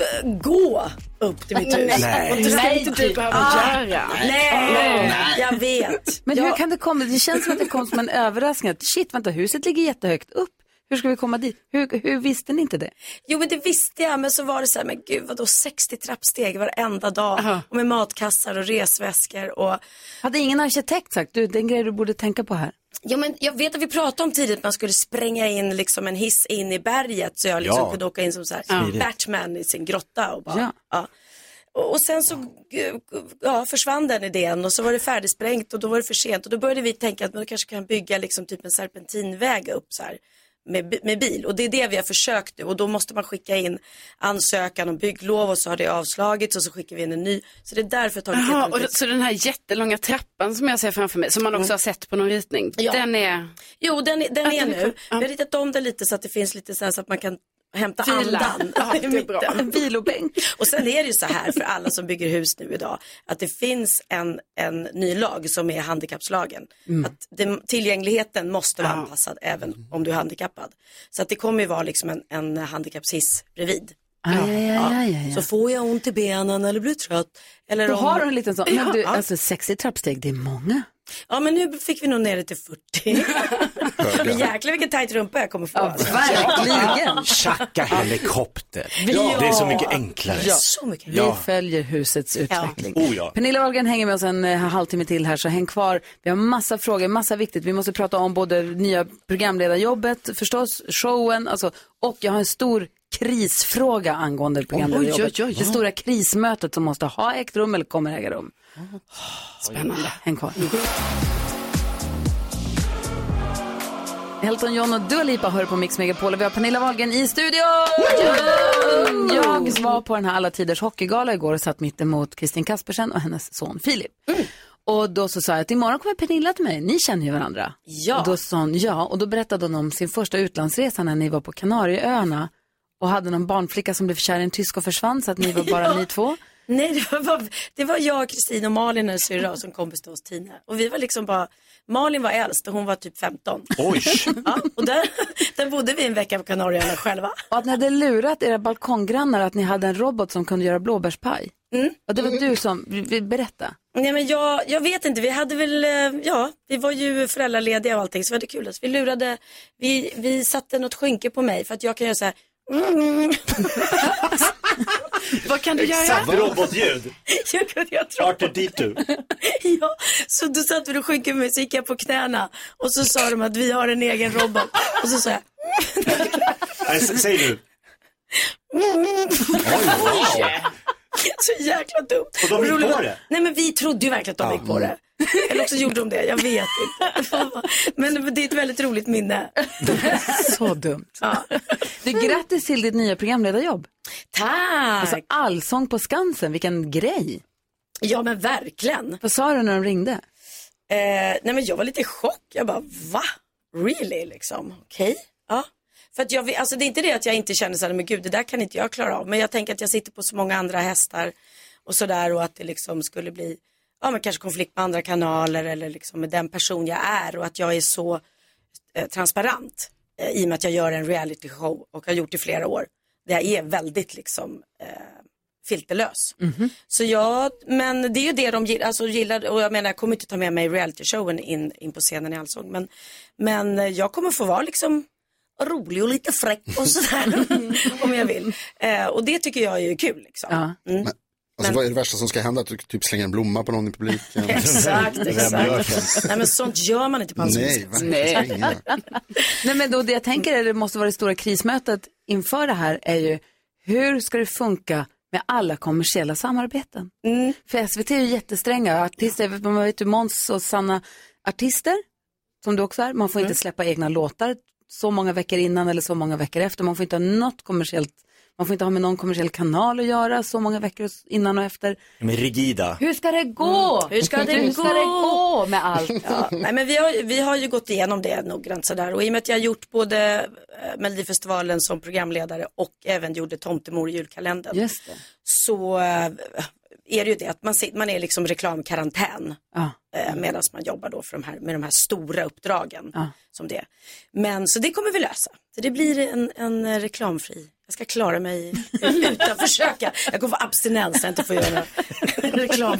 gå upp till mitt hus. Nej. Och det ska inte du behöva ah. göra. Nej. Nej, jag vet. Men jag... hur kan det komma? Det känns som att det kom som en överraskning. Att shit, vänta, huset ligger jättehögt upp. Hur ska vi komma dit? Hur, hur visste ni inte det? Jo, men det visste jag. Men så var det så här, men gud, vadå sextio trappsteg varenda dag. Aha. Och med matkassar och resväskor. Och... Hade ingen arkitekt sagt, du, det är en grej du borde tänka på här? Ja, men jag vet att vi pratade om tidigt att man skulle spränga in liksom en hiss in i berget. Så jag liksom ja. kunde åka in som så här ja. Batman i sin grotta. Och, bara, ja. Ja. Och, och sen så ja, försvann den idén och så var det färdigsprängt och då var det för sent. Och då började vi tänka att man kanske kan bygga liksom typ en serpentinväg upp så här. Med, med bil och det är det vi har försökt nu och då måste man skicka in ansökan om bygglov och så har det avslagits och så skickar vi in en ny, så det är därför tagit Aha, och så den här jättelånga trappan som jag ser framför mig som man också mm. har sett på någon ritning, ja. den är jo den, den är nu, ja. vi har ritat om det lite så att det finns lite så här så att man kan hämta Vila. andan ja, det är bra. En vilobänk. Och sen är det ju så här för alla som bygger hus nu idag att det finns en, en ny lag som är handikappslagen. Mm. Att det, tillgängligheten måste vara ja. anpassad även om du är handikappad. Så att det kommer ju vara liksom en, en handikappshiss bredvid. Ja. Ja, ja, ja, ja. Så får jag ont i benen eller blir trött. Eller då om... har du en liten sån, men du, alltså sextio trappsteg, det är många. Ja, men nu fick vi nog ner det till fyrtio. Men jäklar vilken tajt rumpa jag kommer få. Ja, verkligen. Tjacka helikopter. Ja. Det är så mycket enklare. Ja. Så mycket. Ja. Vi följer husets utveckling. Ja. Oh, ja. Pernilla Wahlgren hänger med oss en uh, halvtimme till här, så häng kvar. Vi har massa frågor, massa viktigt. Vi måste prata om både nya programledarjobbet, förstås, showen, alltså, och jag har en stor krisfråga angående programledarjobbet. Oj, oj, oj, oj. Det stora krismötet som måste ha ägt rum eller kommer äga rum. Spännande. Häng kvar. Elton John och Dua Lipa hör på Mix Megapol och vi har Pernilla Wahlgren i studion. Jag var på den här alla tiders hockeygala igår och satt mitt emot Kristin Kaspersen och hennes son Filip. Mm. Och då så sa jag att imorgon kommer Pernilla till mig. Ni känner ju varandra. Ja. Och då sa hon ja. Och då berättade hon om sin första utlandsresa när ni var på Kanarieöarna och hade någon barnflicka som blev kär i en tysk och försvann, så att ni var bara ja. ni två. Nej, det var, det var jag, Kristin och Malin och syrra som kompis till oss Tina. Och vi var liksom bara, Malin var äldst och hon var typ femton. Oj! Ja, och där, där bodde vi en vecka på Kanarieöarna själva. Och att ni hade lurat era balkonggrannar att ni hade en robot som kunde göra blåbärspaj. Mm. Och det var du som, vill berätta. Nej, men jag, jag vet inte, vi hade väl, ja, vi var ju föräldralediga och allting, så var det kul. Vi lurade, vi, vi satte något skynke på mig för att jag kan göra så här. Mm. Vad kan du Exakt göra? Exakt robotljud. Jag kunde jag tror. Arthur dit du. Ja, så då satt vi och skickade med, så gick jag på knäna och så sa de att vi har en egen robot. Och så sa jag. Nej, säg du. Så jäkla dumt. Och de gick på det? Nej, men vi trodde ju verkligen att de ja. gick på det. Eller också gjorde de det, jag vet inte. Men det är ett väldigt roligt minne. Så dumt. Ja. Du, grattis till ditt nya programledarjobb. Tack. Alltså Allsång på Skansen, vilken grej. Ja, men verkligen. Vad sa du när de ringde? Eh, nej, men jag var lite i chock. Jag bara, va? Really liksom? Okej, okay. Ja. För att jag, alltså det är inte det att jag inte känner så här, men gud, det där kan inte jag klara av. Men jag tänker att jag sitter på så många andra hästar och sådär, och att det liksom skulle bli, ja, men kanske konflikt med andra kanaler eller liksom med den person jag är, och att jag är så eh, transparent eh, i och med att jag gör en reality show och har gjort i flera år. Det jag är väldigt liksom eh, filterlös. Mm-hmm. Så ja, men det är ju det de gillar, alltså gillar, och jag menar, jag kommer inte ta med mig reality showen in, in på scenen i Allsång, men, men jag kommer få vara liksom rolig och lite fräck och sådär om jag vill. Eh, och det tycker jag är kul liksom. Ja. Mm. Men, alltså, vad är det värsta som ska hända? Att du typ slänger en blomma på någon i publiken? Exakt, exakt. Nej men sånt gör man inte på Nej, Nej. Nej men då det jag tänker är det måste vara det stora krismötet inför det här är ju hur ska det funka med alla kommersiella samarbeten? Mm. För S V T är ju jättestränga. Artister, man vet ju Måns och Sanna, artister som du också är, man får Mm. inte släppa egna låtar så många veckor innan eller så många veckor efter. Man får inte ha något kommersiellt, man får inte ha med någon kommersiell kanal att göra så många veckor innan och efter. Men rigida. Hur ska det gå? Mm. Hur ska det, Hur gå? ska det gå med allt? Ja, nej, men vi har, vi har ju gått igenom det noggrant sådär. Och i och med att jag har gjort både eh, Melodifestivalen som programledare och även gjorde Tomtemor i julkalendern. Just det. Så eh, är det ju det att man, sit- man är liksom reklamkarantän. Ja. Eh, medan man jobbar då för de här, med de här stora uppdragen. Ja. Som det. Men så det kommer vi lösa. Så det blir en, en reklamfri. Jag ska klara mig utan försöka. Jag kommer få abstinens så jag inte får göra reklam.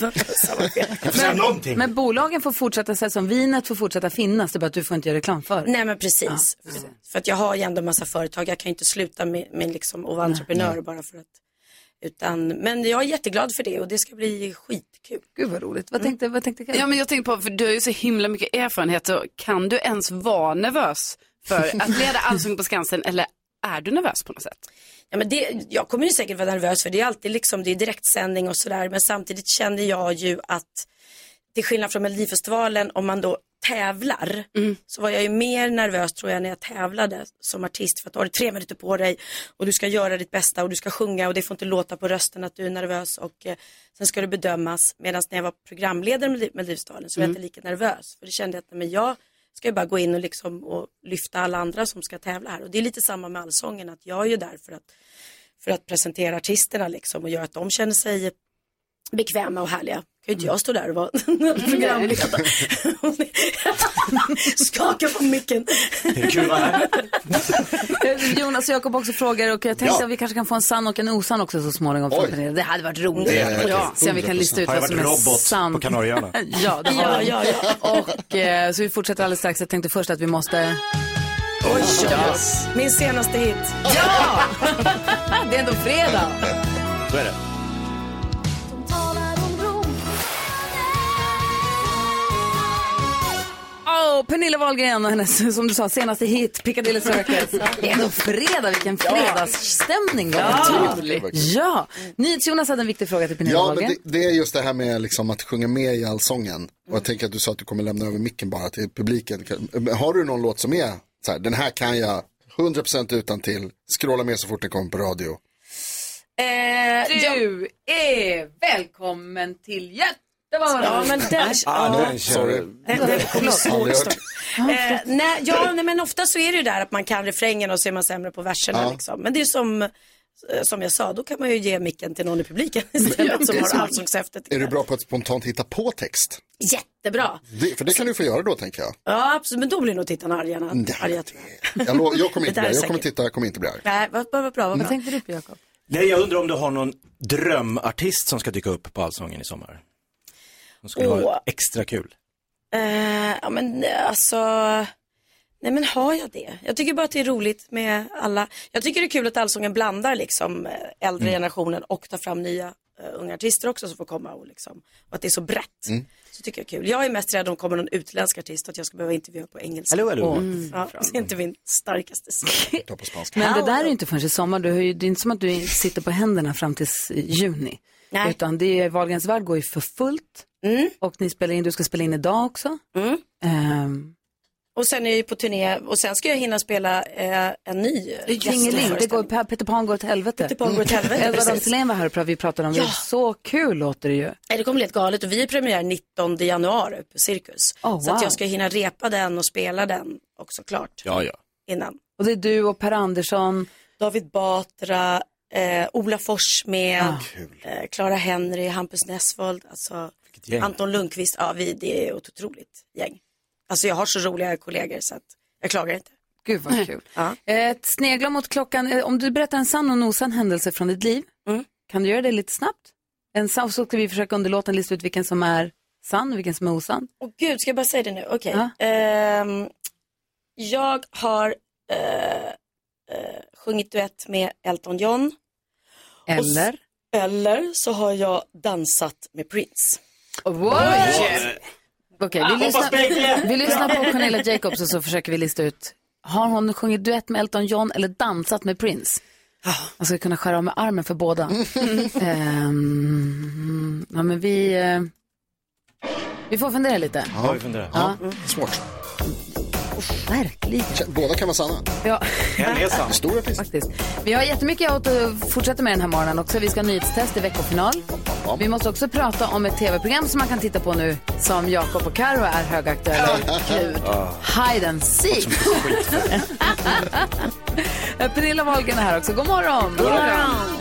Men, men bolagen får fortsätta säga som vinet får fortsätta finnas, det är bara att du får inte göra reklam för. Nej men precis. Ja. För att jag har ju ändå en massa företag. Jag kan inte sluta med, med liksom att vara entreprenör Nej. bara för att. Utan, men jag är jätteglad för det och det ska bli skitkul. Gud vad roligt. Vad tänkte, vad tänkte Ja, men jag tänkte på, för du har ju så himla mycket erfarenhet. Så kan du ens vara nervös för att leda Allsång på Skansen eller är du nervös på något sätt? Ja, men det, jag kommer ju säkert vara nervös för det är alltid liksom, det är direktsändning och sådär. Men samtidigt kände jag ju att till skillnad från Melodifestivalen om man då tävlar mm. så var jag ju mer nervös tror jag när jag tävlade som artist för att du har tre minuter på dig och du ska göra ditt bästa och du ska sjunga och det får inte låta på rösten att du är nervös och eh, sen ska det bedömas medan när jag var programledare med Melodifestivalen så var mm. jag inte lika nervös för det kände jag att men jag ska ju bara gå in och liksom och lyfta alla andra som ska tävla här och det är lite samma med Allsången att jag är ju där för att för att presentera artisterna liksom och göra att de känner sig bekväma och härliga. Kan ju inte jag stå där och vara programledare. Skaka på micken. Det är kul att vara här. Jonas och Jakob också frågar och jag tänkte Ja. att vi kanske kan få en sann och en osann också så småningom. Oj. Det hade varit roligt. Det hade varit Ja, se om vi kan lista ut Har jag vad som varit är robot sant. på Kanarieöarna? Ja, det har Ja, vi. ja, ja. Och eh, så vi fortsätter alldeles strax. Jag tänkte först att vi måste... Oj, yes. Min senaste hit. Ja! Det är ändå fredag. Så är det. Åh, oh, Pernilla Wahlgren och hennes, som du sa, senaste hit, Piccadilly Circus. Det är ändå fredag, vilken fredagsstämning. Ja. Ja, NyhetsJonas hade en viktig fråga till Pernilla Ja, Wahlgren. men det, det är just det här med liksom att sjunga med i Allsången. Och jag tänker att du sa att du kommer lämna över micken bara till publiken. Har du någon låt som är så här, den här kan jag hundra procent utan till, scrolla med så fort den kommer på radio? Eh, Du är välkommen till Göteborg. Ja, men den... Ah, ja. sorry. Den, den kommer svårt stå. Eh, nej, ja, nej, men ofta så är det ju där att man kan refrängen och så är man sämre på verserna. Ja. Liksom. Men det är som, som jag sa, då kan man ju ge micken till någon i publiken istället som har allsångshäftet. Är du bra på att spontant hitta på text? Jättebra. Det, för det kan du få göra då, tänker jag. Ja, absolut. Men då blir nog tittarna arga. arga tror jag. Jag, lo- jag kommer inte Det där bli är jag kommer säkert. titta, jag kommer inte bli arg. Nej, vad, vad, vad bra. Vad, Vad bra. tänkte du på, Jakob? Nej, jag undrar om du har någon drömartist som ska dyka upp på Allsången i sommar. Som skulle Åh. vara extra kul. Eh, ja, men alltså... Nej, men har jag det? Jag tycker bara att det är roligt med alla. Jag tycker det är kul att Allsången blandar liksom eh, äldre Mm. generationen och tar fram nya uh, unga artister också som får komma och liksom, och att det är så brett. Mm. Så tycker jag är kul. Jag är mest rädd om det kommer någon utländsk artist att jag ska behöva intervjua på engelska. Hallå, hallå. Mm. Ja, det är inte min starkaste sida. Ta på spanska. Men det Ja, där är ja. ju inte förrän i sommar. Du har ju, det är inte som att du sitter på händerna fram till juni. Nej. Utan det är, Wahlgrens värld går ju för fullt. Mm. Och ni spelar in, du ska spela in idag också. Mm. Ehm, Och sen är jag ju på turné och sen ska jag hinna spela eh, en ny Tingeling, det går, Pe- Peter Pan går åt helvete. Peter Pan går åt helvete, Edvard af precis. Sillén var här och vi pratade om det. Ja. Så kul låter det ju. Nej, det kommer bli helt galet och vi är premiär nittonde januari på Cirkus. Oh, Så att wow. jag ska hinna repa den och spela den också klart Ja, ja. innan. Och det är du och Per Andersson. David Batra, eh, Ola Forssmed, Ah. eh, Clara Henry, Hampus Nessvold, alltså gäng. Anton Lundqvist. Ja, vi, det är ett otroligt gäng. Alltså jag har så roliga kollegor så att jag klagar inte. Gud vad kul. Ja. Ett snegla mot klockan. Eh, Om du berättar en sann och en osann händelse från ditt liv. Mm. Kan du göra det lite snabbt? En sann, så ska vi försöka underlåta en lista ut vilken som är sann och vilken som är osann. Åh gud, ska jag bara säga det nu? Okej. Ja. Ehm, jag har eh, eh, sjungit duett med Elton John. Eller? S- eller så har jag dansat med Prince. Wow. Okej, okay, vi, lyssnar, vi lyssnar på Cornelia Jacobs och så försöker vi lista ut. Har hon sjungit duett med Elton John eller dansat med Prince? Man ska kunna skära av med armen för båda. um, ja, men vi... Uh, vi får fundera lite. Ja, vi funderar. Ja. Ja. Svårt. Oh, verkligen. Båda kan vara sanna. Ja. En är sann. Stora pris. Faktiskt. Vi har jättemycket att fortsätta med den här morgonen också. Vi ska ha nyhetstest i veckofinal. Ja. Vi måste också prata om ett tv-program som man kan titta på nu som Jakob och Karo är högaktuella. Ja. Hide and seek. Pernilla Wahlgren är här också. God morgon. God morgon.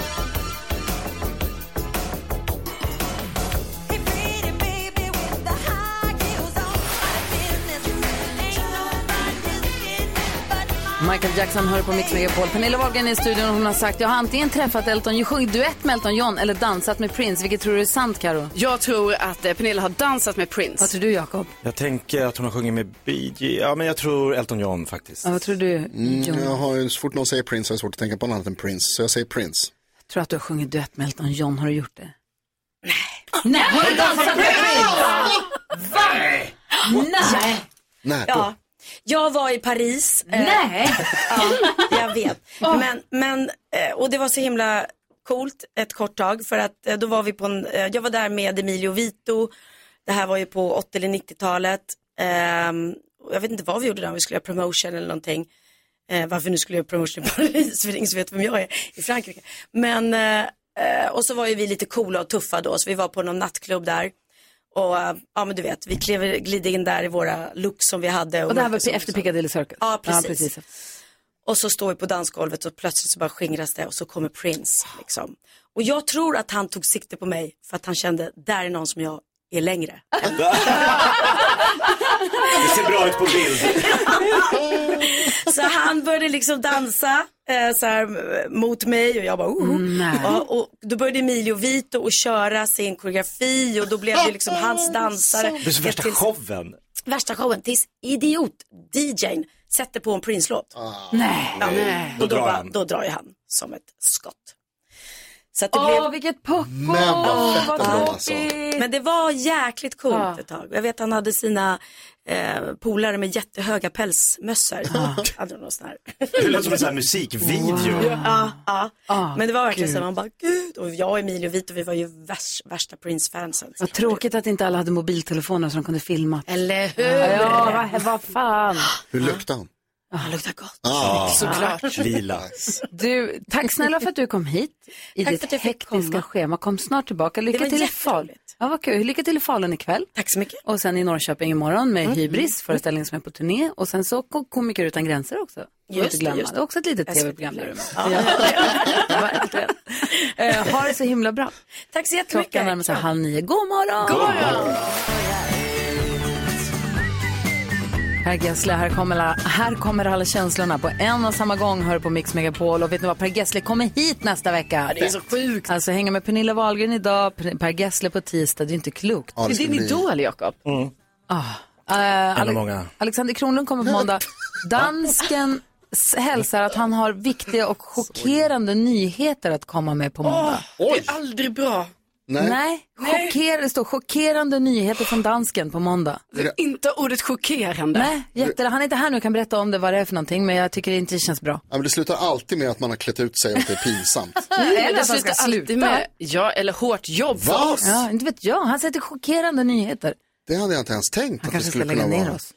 Michael Jackson hör på Mix Megapol. Pernilla Wahlgren i studion och hon har sagt jag har antingen träffat Elton, sjungit duett med Elton John eller dansat med Prince. Vilket tror du är sant, Karo? Jag tror att eh, Pernilla har dansat med Prince. Vad tror du, Jakob? Jag tänker att hon har sjungit med B G. Ja, men jag tror Elton John faktiskt. Ja, vad tror du, mm, jag har ju, så fort någon säger Prince har jag svårt att tänka på något annat än Prince. Så jag säger Prince. Jag tror att du har sjungit duett med Elton John. Har du gjort det? Nej. Nej, har du dansat med Prince? Va? Nej. Nej. Ja. Jag var i Paris. Nej. Eh, ja, jag vet. Oh. Men, men, eh, och det var så himla coolt ett kort tag. För att eh, då var vi på en, eh, jag var där med Emilio Vito. Det här var ju på åttio- eller nittiotalet. Eh, jag vet inte vad vi gjorde då. Vi skulle göra promotion eller någonting. Eh, varför nu skulle jag göra promotion i Paris? För ingen som vet vem jag är i Frankrike. Men, eh, och så var ju vi lite coola och tuffa då. Så vi var på någon nattklubb där. Och ja, men du vet, vi klev, glidde in där i våra looks som vi hade. Och, och det här var efter Piccadilly Circus? Ja, precis. Ja, precis. Och så står vi på dansgolvet och plötsligt så bara skingras det och så kommer Prince. Liksom. Och jag tror att han tog sikte på mig för att han kände, där är någon som jag är längre. Det ser bra ut på bild. Så han började liksom dansa eh, så här, mot mig och jag bara oh. Ja, och då började Emilio Vito och köra sin koreografi och då blev det liksom hans dansare. Det är så värsta tills, showen. Värsta showen tills idiot D J:n sätter på en Prince-låt. Ah. Nej. Ja, nej. Då, då, drar han. då drar ju han som ett skott. Så att det Åh, blev... vilket pucko! Men vad fett ja. bra alltså. Men det var jäkligt coolt Ja. ett tag. Jag vet han hade sina eh, polare med jättehöga pälsmössor. Hade någon sån här. Det låter som en sån här musikvideo. Ja, ja. Ah, men det var verkligen gud. så man bara gud. Och jag och Emilio Vito, vi var ju värst, värsta Prince-fansen. Vad tråkigt att inte alla hade mobiltelefoner så de kunde filma. Eller hur? Ja, vad, vad fan. Hur luktar han? Han luktar gott. Ah. Såklart. Lila. Du, tack snälla för att du kom hit i Tack ditt för att jag fick hektiska komma. schema. Kom snart tillbaka. Lycka Det var till i Falun. jätteroligt. Ja, vad kul. Lycka till i Falun ikväll. Tack så mycket. Och sen i Norrköping imorgon med Hybris, föreställningen som är på turné. Och sen så kom Komiker utan gränser också. Får Just inte glömma. det, just det. Det är också ett litet Jag ska tv-program där. Ja. Ja, verkligen. Eh, ha det så himla bra. Tack så jättemycket. Klockan närmar sig halv nio. God morgon! God morgon! Per Gessle, här kommer, alla, här kommer alla känslorna på en och samma gång. Hör på Mix Megapol. Och vet ni vad, Per Gessle kommer hit nästa vecka. Ja, det är så sjukt. Alltså hänga med Pernilla Wahlgren idag, Per Gessle på tisdag. Det är inte klokt. Ja, det Det är ska din bli- idol, Jakob. Mm. Ah. Uh, En av många. Alexander Kronlund kommer på måndag. Dansken s- hälsar att han har viktiga och chockerande nyheter att komma med på måndag. Det är aldrig bra. Nej. Nej, chocker, det står chockerande nyheter från dansken på måndag. Inte ordet chockerande. Nej, jätte, han är inte här nu och kan berätta om det, vad det är för någonting, men jag tycker det inte känns bra. Ja, men det slutar alltid med att man har klätt ut sig och att det är pinsamt. Nej, Eller det att han slutar ska alltid sluta. med, ja, eller hårt jobb för Va? oss. Ja, inte vet jag. Han sätter chockerande nyheter. Det hade jag inte ens tänkt Han att det kanske ska skulle lägga kunna ner vara. oss.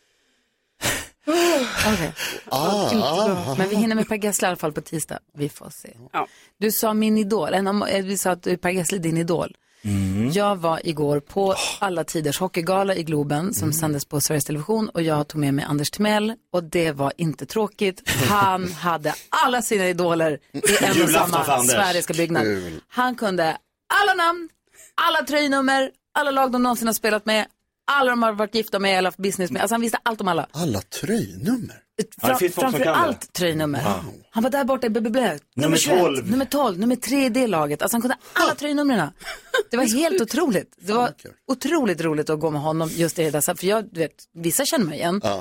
Okej. Ah, ah, Men vi hinner med Per Gessle i alla fall på tisdag. Vi får se. Ja. Du sa min idol. En av, vi sa att Per Gessle är din idol. Mm. Jag var igår på alla tiders hockeygala i Globen som sändes på Sveriges Television och jag tog med mig Anders Timell och det var inte tråkigt. Han hade alla sina idoler i en och Julafton för samma Anders. sfäriska byggnad. Kul. Han kunde alla namn, alla tröjnummer, alla lag de någonsin har spelat med, alla de har varit gifta med eller haft business med. Alltså han visste allt om alla. alla tröjnummer. Ja, det finns folk som Framför kan det. allt tröjnummer. Han var där borta i B B B. Nummer, Nummer tjugoett, tolv. nummer tolv, nummer tre i det laget. Alltså han kunde alla tröjnumren. Det var helt otroligt. Det var otroligt roligt att gå med honom just i det där. För jag, du vet, vissa känner mig igen. Ja.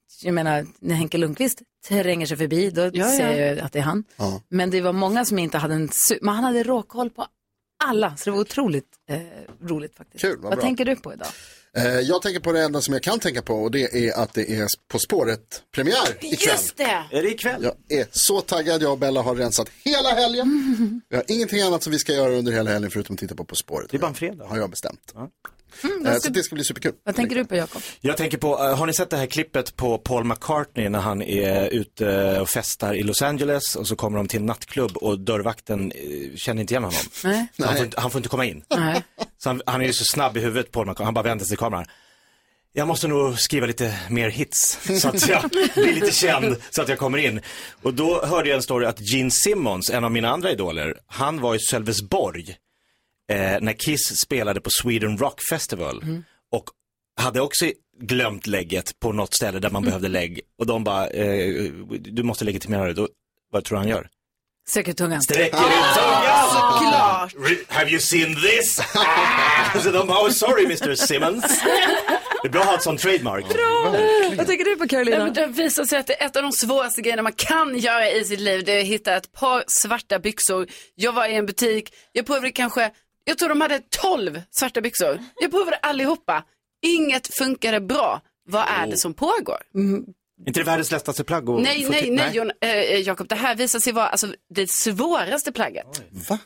jag menar, när Henke Lundqvist tränger sig förbi, då ja, ser ja. jag att det är han. Ja. Men det var många som inte hade en, men han hade råkoll på alla, så det var otroligt eh, roligt faktiskt. Kul, vad vad bra. tänker du på idag? Eh, jag tänker på det enda som jag kan tänka på och det är att det är På spåret-premiär ikväll. Just det! Är det ikväll? Jag är så taggad, jag och Bella har rensat hela helgen. Vi har ingenting annat som vi ska göra under hela helgen förutom att titta på På spåret. Det är bara en fredag. Har jag bestämt. Ja. Mm, eh, ska... Så det ska bli superkul. Vad tänker du på, Jakob? Jag tänker på, uh, har ni sett det här klippet på Paul McCartney när han är ute och festar i Los Angeles och så kommer de till en nattklubb och dörrvakten uh, känner inte igen honom. Nej. Så han, får inte, han får inte komma in. Nej. Så han, han är ju så snabb i huvudet, Paul McCartney, han bara vänder sig till kameran. Jag måste nog skriva lite mer hits så att jag blir lite känd så att jag kommer in. Och då hörde jag en story att Gene Simmons, en av mina andra idoler, han var i Sölvesborg eh, när Kiss spelade på Sweden Rock Festival. Mm. Och hade också glömt lägget på något ställe där man mm. behövde lägg. Och de bara, eh, du måste legitimera det. Då, vad tror han gör? Sträcker ut tungan. Sträcker ut tungan! Såklart! Have you seen this? Så de bara, oh sorry mister Simmons. Det är bra att ha ett sånt trademark. Bra! Vad tänker du på, Carolina? Ja, men det visar sig att det är ett av de svåraste grejerna man kan göra i sitt liv. Det är att hitta ett par svarta byxor. Jag var i en butik, jag provade kanske, jag tror de hade tolv svarta byxor. Jag provade allihopa. Inget funkade bra. Vad är det som pågår? Mm. Inte det världens lättaste plagg? Och nej, nej, nej, Jon, äh, Jakob. Det här visar sig vara alltså, det svåraste plagget. Va?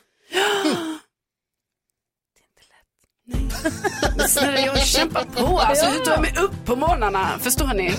Men snälla, jag kämpar på. Alltså, hur tar jag mig upp på morgnarna? Förstår ni?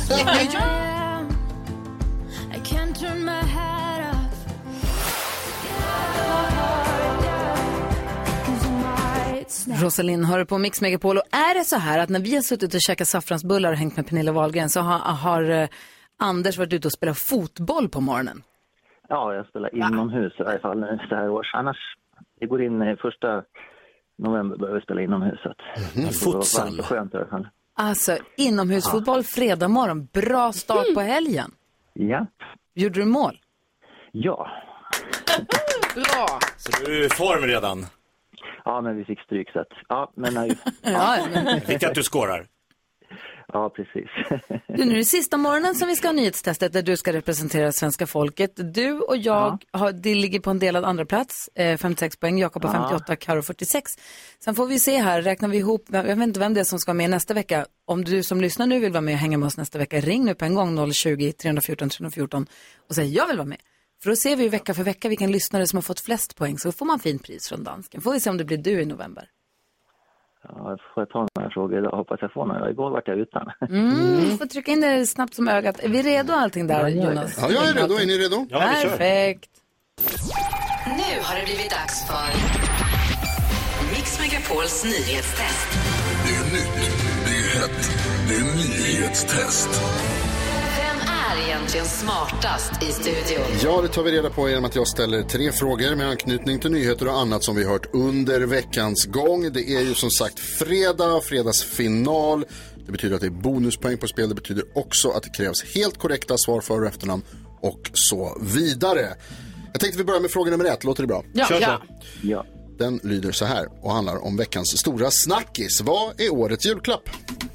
Rosalind hör på Mix Megapol. Och är det så här att när vi har suttit och käkat saffransbullar och hängt med Pernilla Wahlgren så har, har eh, Anders varit ute och spelat fotboll på morgonen? Ja, jag spelar inomhus i alla fall nu så här års. Annars, det går in i första november börjar vi spela inomhus. Mm, futsal. Det var skönt i alla fall. Alltså, inomhusfotboll ja. Fredag morgon. Bra start mm. på helgen. Ja. Gjorde du mål? Ja. Bra. Så du är i form redan? Ja, men vi fick stryk så att, ja, men nej. Ja, men... Vilka att du skårar? Ja, precis. Du, nu är det sista morgonen som vi ska ha nyhetstestet där du ska representera svenska folket. Du och jag, ja. har, det ligger på en delad andra plats, eh, femtiosex poäng, Jakob har femtioåtta, Karo fyrtiosex. Sen får vi se här, räknar vi ihop, jag vet inte vem det är som ska vara med nästa vecka. Om du som lyssnar nu vill vara med och hänga med oss nästa vecka, ring nu på en gång noll tjugo, tre fjorton, tre fjorton och säg jag vill vara med. För då ser vi vecka för vecka vilken lyssnare som har fått flest poäng, så får man fin pris från dansken. Får vi se om det blir du i november. Ja, jag får ta några frågor idag. Hoppas jag får några. Igår vart jag utan. Mm, du får trycka in det snabbt som ögat. Är vi redo allting där, Jonas? Ja, jag är redo. Är ni redo? Ja, perfekt. Nu har det blivit dags för Mix Megapols nyhetstest. Det är nytt, det är hett, det är nyhetstest. Vem är egentligen smartast i studion? Ja, det tar vi reda på genom att jag ställer tre frågor med anknytning till nyheter och annat som vi hört under veckans gång. Det är ju som sagt fredag, fredagsfinal. Det betyder att det är bonuspoäng på spel. Det betyder också att det krävs helt korrekta svar för och efternamn och så vidare. Jag tänkte vi börjar med fråga nummer ett. Låter det bra? Ja. ja. ja. Den lyder så här och handlar om veckans stora snackis. Vad är årets julklapp?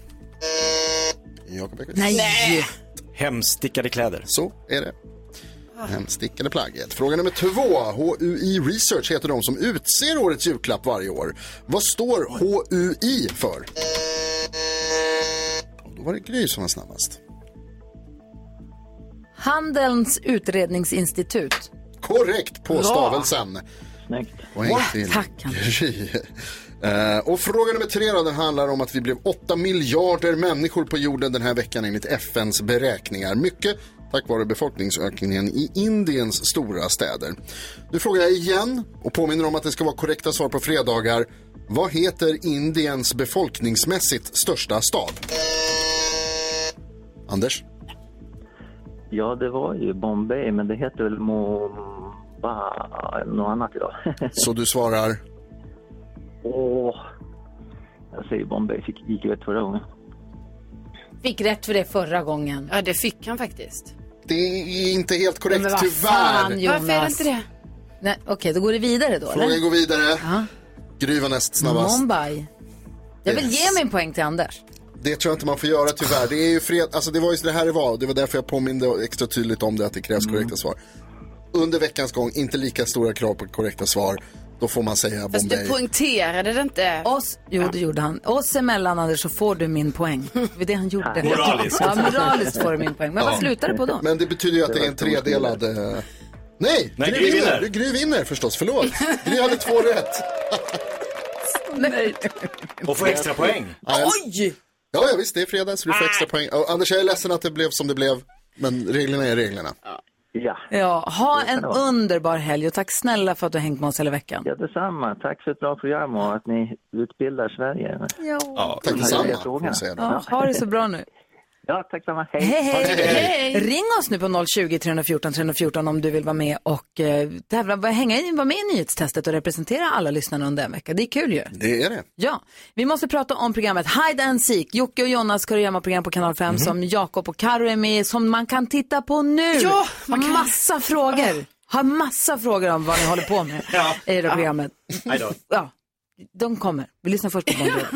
Jakob Ekvist. Nej! Hemstickade kläder. Så är det. Hemstickade plagget. Fråga nummer två. H U I Research heter de som utser årets julklapp varje år. Vad står H U I för? Och då var det Gry som var snabbast. Handelns utredningsinstitut. Korrekt på stavelsen. Snyggt. Poäng till Gry. Uh, och fråga nummer tre då, den handlar om att vi blev åtta miljarder människor på jorden den här veckan enligt F N:s beräkningar. Mycket tack vare befolkningsökningen i Indiens stora städer. Nu frågar jag igen och påminner om att det ska vara korrekta svar på fredagar. Vad heter Indiens befolkningsmässigt största stad? Anders? Ja, det var ju Bombay, men det heter väl Mumbai eller något annat idag. Så du svarar? Åh, jag säger Bombay, fick, gick rätt förra gången. Fick rätt för det förra gången. Ja, det fick han faktiskt. Det är inte helt korrekt, men vad tyvärr. Fan, Varför är det inte det? Nej, okej, okay, då går det vidare då. Frågan eller? går vidare. Ja. Gry var näst snabbast. Mumbai. Jag vill yes. ge min poäng till Anders. Det tror jag inte man får göra tyvärr. Det är ju fred... alltså det var ju så det här det var. Det var därför jag påminde extra tydligt om det, att det krävs mm. korrekta svar. Under veckans gång, inte lika stora krav på korrekta svar. Då får man säga Bombay. Fast du poängterade det inte. Oss, jo, ja. det gjorde han. Oss emellan, Anders, så får du min poäng. Det var det han gjorde. Moraliskt. Ja, moraliskt får du min poäng. Men ja. vad slutar det på då? Men det betyder ju att det är en tredelad... Eh... Nej, Nej, Gry Gry vinner. vinner. Gry vinner förstås, förlåt. Gry hade två rätt. Nej. Och får extra poäng. Oj! Ja, ja, visst, det är fredag så du får extra poäng. Och Anders, jag är ledsen att det blev som det blev. Men reglerna är reglerna. Ja. Ja, ha en underbar helg och tack snälla för att du har hängt med oss hela veckan. Ja, detsamma. Tack för ett bra program och att ni utbildar Sverige. Ja, ja tack detsamma. Ja, ha det så bra nu. Ja, tack samma. Hej. Hej, hej. Hej, hej. Ring oss nu på noll tjugo, tre fjorton, tre fjorton om du vill vara med och eh, tävla, hänga in, vara med i nyhetstestet och representera alla lyssnarna under en vecka. Det är kul ju. Det är det. Ja, vi måste prata om programmet Hide and Seek. Jocke och Jonas Kurragömma-program på Kanal fem mm-hmm. som Jakob och Karo är med, som man kan titta på nu. Ja, man kan. Massa frågor. Har massa frågor om vad ni håller på med ja. i det programmet. Ja. ja, de kommer. Vi lyssnar först på Bon Jovi.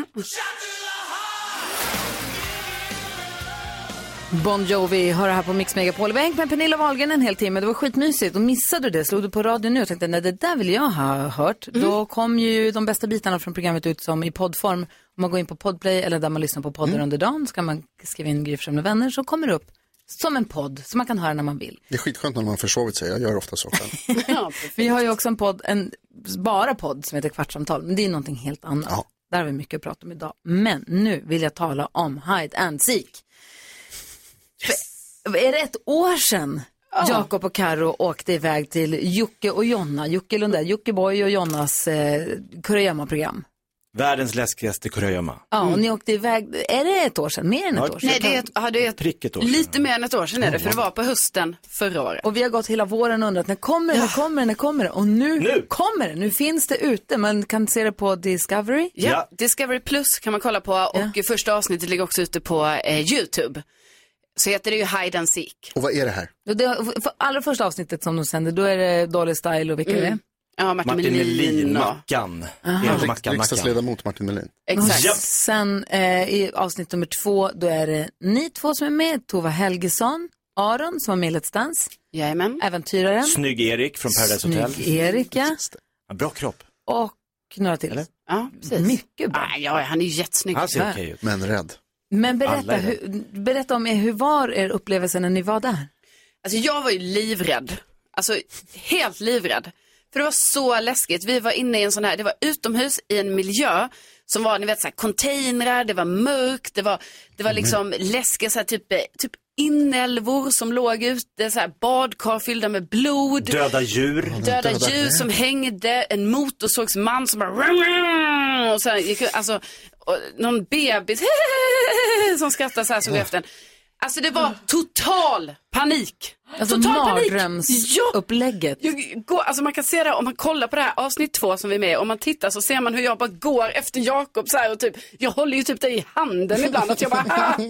Bon Jovi hör det här på Mix Megapol. Vi har hängt med Pernilla Wahlgren en hel timme. Det var skitmysigt. Och missade du det, slog du på radion nu och tänkte, nej, det där vill jag ha hört. Mm. Då kom ju de bästa bitarna från programmet ut som i poddform. Om man går in på Podplay eller där man lyssnar på poddar mm. under dagen, ska man skriva in Gry Forssell med vänner, så kommer det upp som en podd som man kan höra när man vill. Det är skitskönt när man försovit sig. Jag gör ofta så själv. Ja, vi har ju också en podd, en bara podd som heter Kvartsamtal. Men det är någonting helt annat. Ja. Där har vi mycket att prata om idag. Men nu vill jag tala om Hide and Seek. Yes. Är det ett år sedan oh. Jakob och Karo åkte iväg till Jocke och Jonna, Jocke Lundell, Jocke Boy och Jonas eh, Kurragömma-program? Världens läskigaste kurragömma. Ja, och ni åkte iväg, är det ett år sedan? Mer än ett ja, år sedan? Nej, det är ett, ja, det är ett, prick ett år sedan. Lite mer än ett år sedan är det, för det var på hösten förra året. Och vi har gått hela våren och undrat, när kommer det, ja. när kommer det, när kommer det? Och nu, nu kommer det, nu finns det ute, man kan se det på Discovery. Ja, ja. Discovery Plus kan man kolla på och ja. första avsnittet ligger också ute på eh, YouTube. Så heter det ju Hide and Seek. Och vad är det här? Det, för allra första avsnittet som de sänder, då är det Dolly Style och vilka mm. är det? Ja, Martin, Martin Melin. Melin, Mackan. Mackan. Riksdagsledamot Martin Melin. Exakt. Ja. Sen eh, i avsnitt nummer två, då är det ni två som är med. Tova Helgesson, Aron som var med i Let's Dance. Jajamän. Äventyraren. Snygg Erik från Paradise Hotel. Snygg Erik, ja. ja. Bra kropp. Och några till. Eller? Ja, precis. Mycket bra. Ah, ja, han är ju jättesnygg. Han ser okej ut. Men rädd. Men berätta, hur, berätta om er, hur var er upplevelse när ni var där? Alltså jag var ju livrädd. Alltså helt livrädd. För det var så läskigt. Vi var inne i en sån här, det var utomhus i en miljö som var, ni vet, så här containrar, det var mörkt, det var, det var liksom mm. läskiga så här, typ, typ inälvor som låg ute, så här badkar fyllda med blod. Döda djur. Döda, Döda djur som hängde, en motorsågsman som bara och så här, gick, alltså, och någon bebis som skrattade så här som efter. Alltså det var total panik. Alltså mardrömsupplägget. Ja. Alltså man kan se det om man kollar på det här avsnitt två som vi är med. Om man tittar så ser man hur jag bara går efter Jakob så här och typ, jag håller ju typ det i handen ibland att jag bara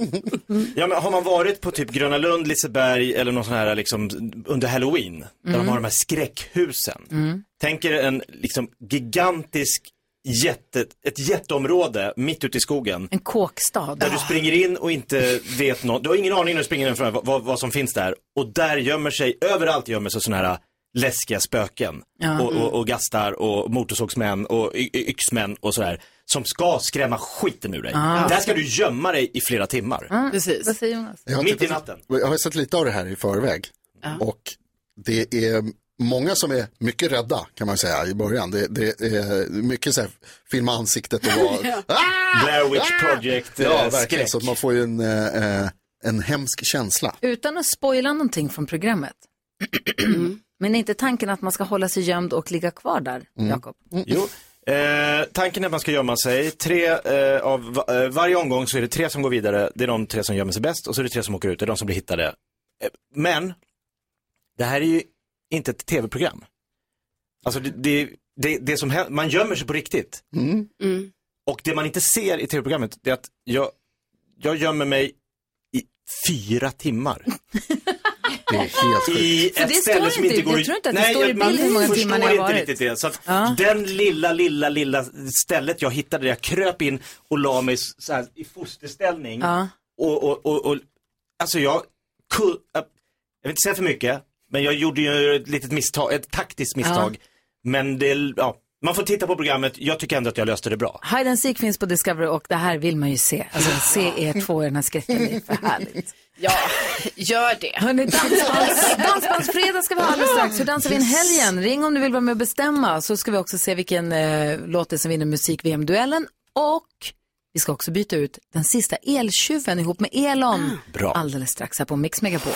Ja, men har man varit på typ Gröna Lund, Liseberg eller någon sån här liksom under Halloween mm. där de har de här skräckhusen. Mm. Tänker en liksom gigantisk Jätte, ett jätteområde mitt ute i skogen. En kåkstad. Där oh. du springer in och inte vet något. Du har ingen aning när du springer in från vad, vad, vad som finns där. Och där gömmer sig, överallt gömmer sig sådana här läskiga spöken. Ja. Och, och, och gastar och motorsågsmän och y- yxmän och sådär. Som ska skrämma skiten ur dig. Ah. Där ska du gömma dig i flera timmar. Mm. Precis. Vad säger Jonas? Mitt i natten. Jag har sett lite av det här i förväg. Ah. Och det är många som är mycket rädda kan man säga i början. Det, det är mycket så här, filma ansiktet och vara ja. ah! Blair Witch Project ah! Ja, verkligen, skräck. så att man får ju en, eh, en hemsk känsla. Utan att spoila någonting från programmet. Mm. Men är inte tanken att man ska hålla sig gömd och ligga kvar där, mm. Jakob? Mm. Jo, eh, tanken är att man ska gömma sig. Tre, eh, av eh, varje omgång så är det tre som går vidare. Det är de tre som gömmer sig bäst och så är det tre som åker ut. Det är de som blir hittade. Eh, men det här är ju inte ett tv-program. Alltså det, det, det, det som händer, man gömmer sig på riktigt. Mm. Mm. Och det man inte ser i tv-programmet är att jag, jag gömmer mig i fyra timmar. Det är helt sjukt. I För ett det ställe står som inte- inte går jag tror inte att det Nej, står i man bild hur många förstår timmar ni har inte varit. riktigt det. Så att Ja. den lilla, lilla, lilla stället jag hittade, jag kröp in och la mig så här i fosterställning. Ja. Och, och, och, och alltså jag ku- jag vill inte säga för mycket, men jag gjorde ju ett litet misstag, ett taktiskt misstag. Ja. Men det, ja, man får titta på programmet. Jag tycker ändå att jag löste det bra. Hide and Seek finns på Discovery och det här vill man ju se. Alltså se er två i den här skräcken, det är för härligt. Ja, gör det. Hörrni, dansbands, dansbandsfredag ska vi ha alldeles strax. Hur dansar vi in helgen? Ring om du vill vara med och bestämma. Så ska vi också se vilken eh, låt det som vinner musik-V M-duellen. Och vi ska också byta ut den sista eltjuven ihop med Elon. Bra. Alldeles strax här på Mix Megapol.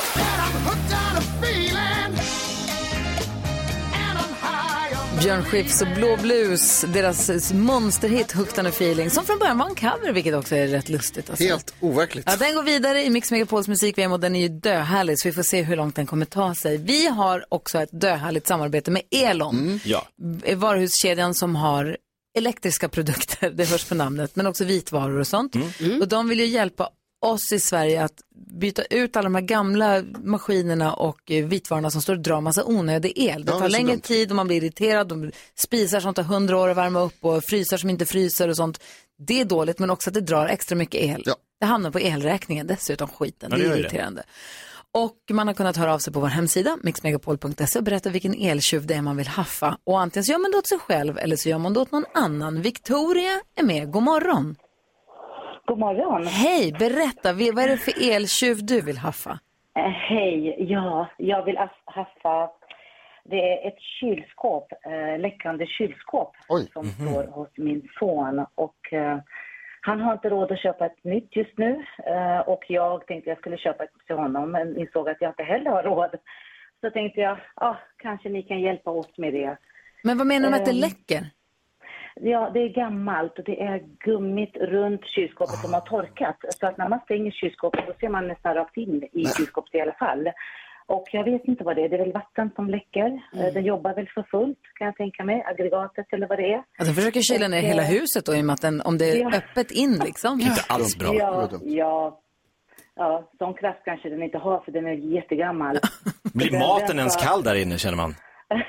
Björn Skifs och Blå Blues, deras monsterhit Hooked on a Feeling, som från början var en cover, vilket också är rätt lustigt. Alltså. Helt overkligt. Ja, den går vidare i Mix Megapols musik-V M och den är ju döhärlig, så vi får se hur långt den kommer ta sig. Vi har också ett döhärligt samarbete med Elon, Mm. Ja. varuhuskedjan som har elektriska produkter, det hörs på namnet, men också vitvaror och sånt. Mm. Och de vill ju hjälpa oss i Sverige att byta ut alla de här gamla maskinerna och eh, vitvarorna som står och drar massa onödig el. Det Ja, tar det är så längre dumt. tid och man blir irriterad. De spisar som tar hundra år att värma upp och frysar som inte fryser och sånt. Det är dåligt, men också att det drar extra mycket el. Ja. Det hamnar på elräkningen dessutom, skiten. Ja, det det är gör ju det. irriterande. Och man har kunnat höra av sig på vår hemsida mix megapol punkt se och berätta vilken eltjuv det är man vill haffa. Och antingen så gör man det åt sig själv eller så gör man det åt någon annan. Victoria är med. God morgon. God morgon. Hej, berätta. Vad är det för eltjuv du vill haffa? Eh, Hej, ja, jag vill aff- haffa, det är ett kylskåp, eh, läckande kylskåp Oj. som Mhm. står hos min son och eh, han har inte råd att köpa ett nytt just nu eh, och jag tänkte jag skulle köpa ett till honom men insåg att jag inte heller har råd. Så tänkte jag, ah, kanske ni kan hjälpa oss med det. Men vad menar du med att det Ehm, läcker? Ja, det är gammalt och det är gummit runt kylskåpet som har torkat. Så att när man stänger kylskåpet så ser man nästan rakt in i kylskåpet i alla fall. Och jag vet inte vad det är. Det är väl vatten som läcker. Mm. Den jobbar väl för fullt kan jag tänka mig. Aggregatet eller vad det är. Alltså försöker kyla ner Och, hela eh, huset då, i och med att den, om det är ja. öppet in liksom. Inte alls bra. Ja, ja, ja, sån kraft kanske den inte har för den är jättegammal. Blir Den- maten den ens ska- kall där inne, känner man?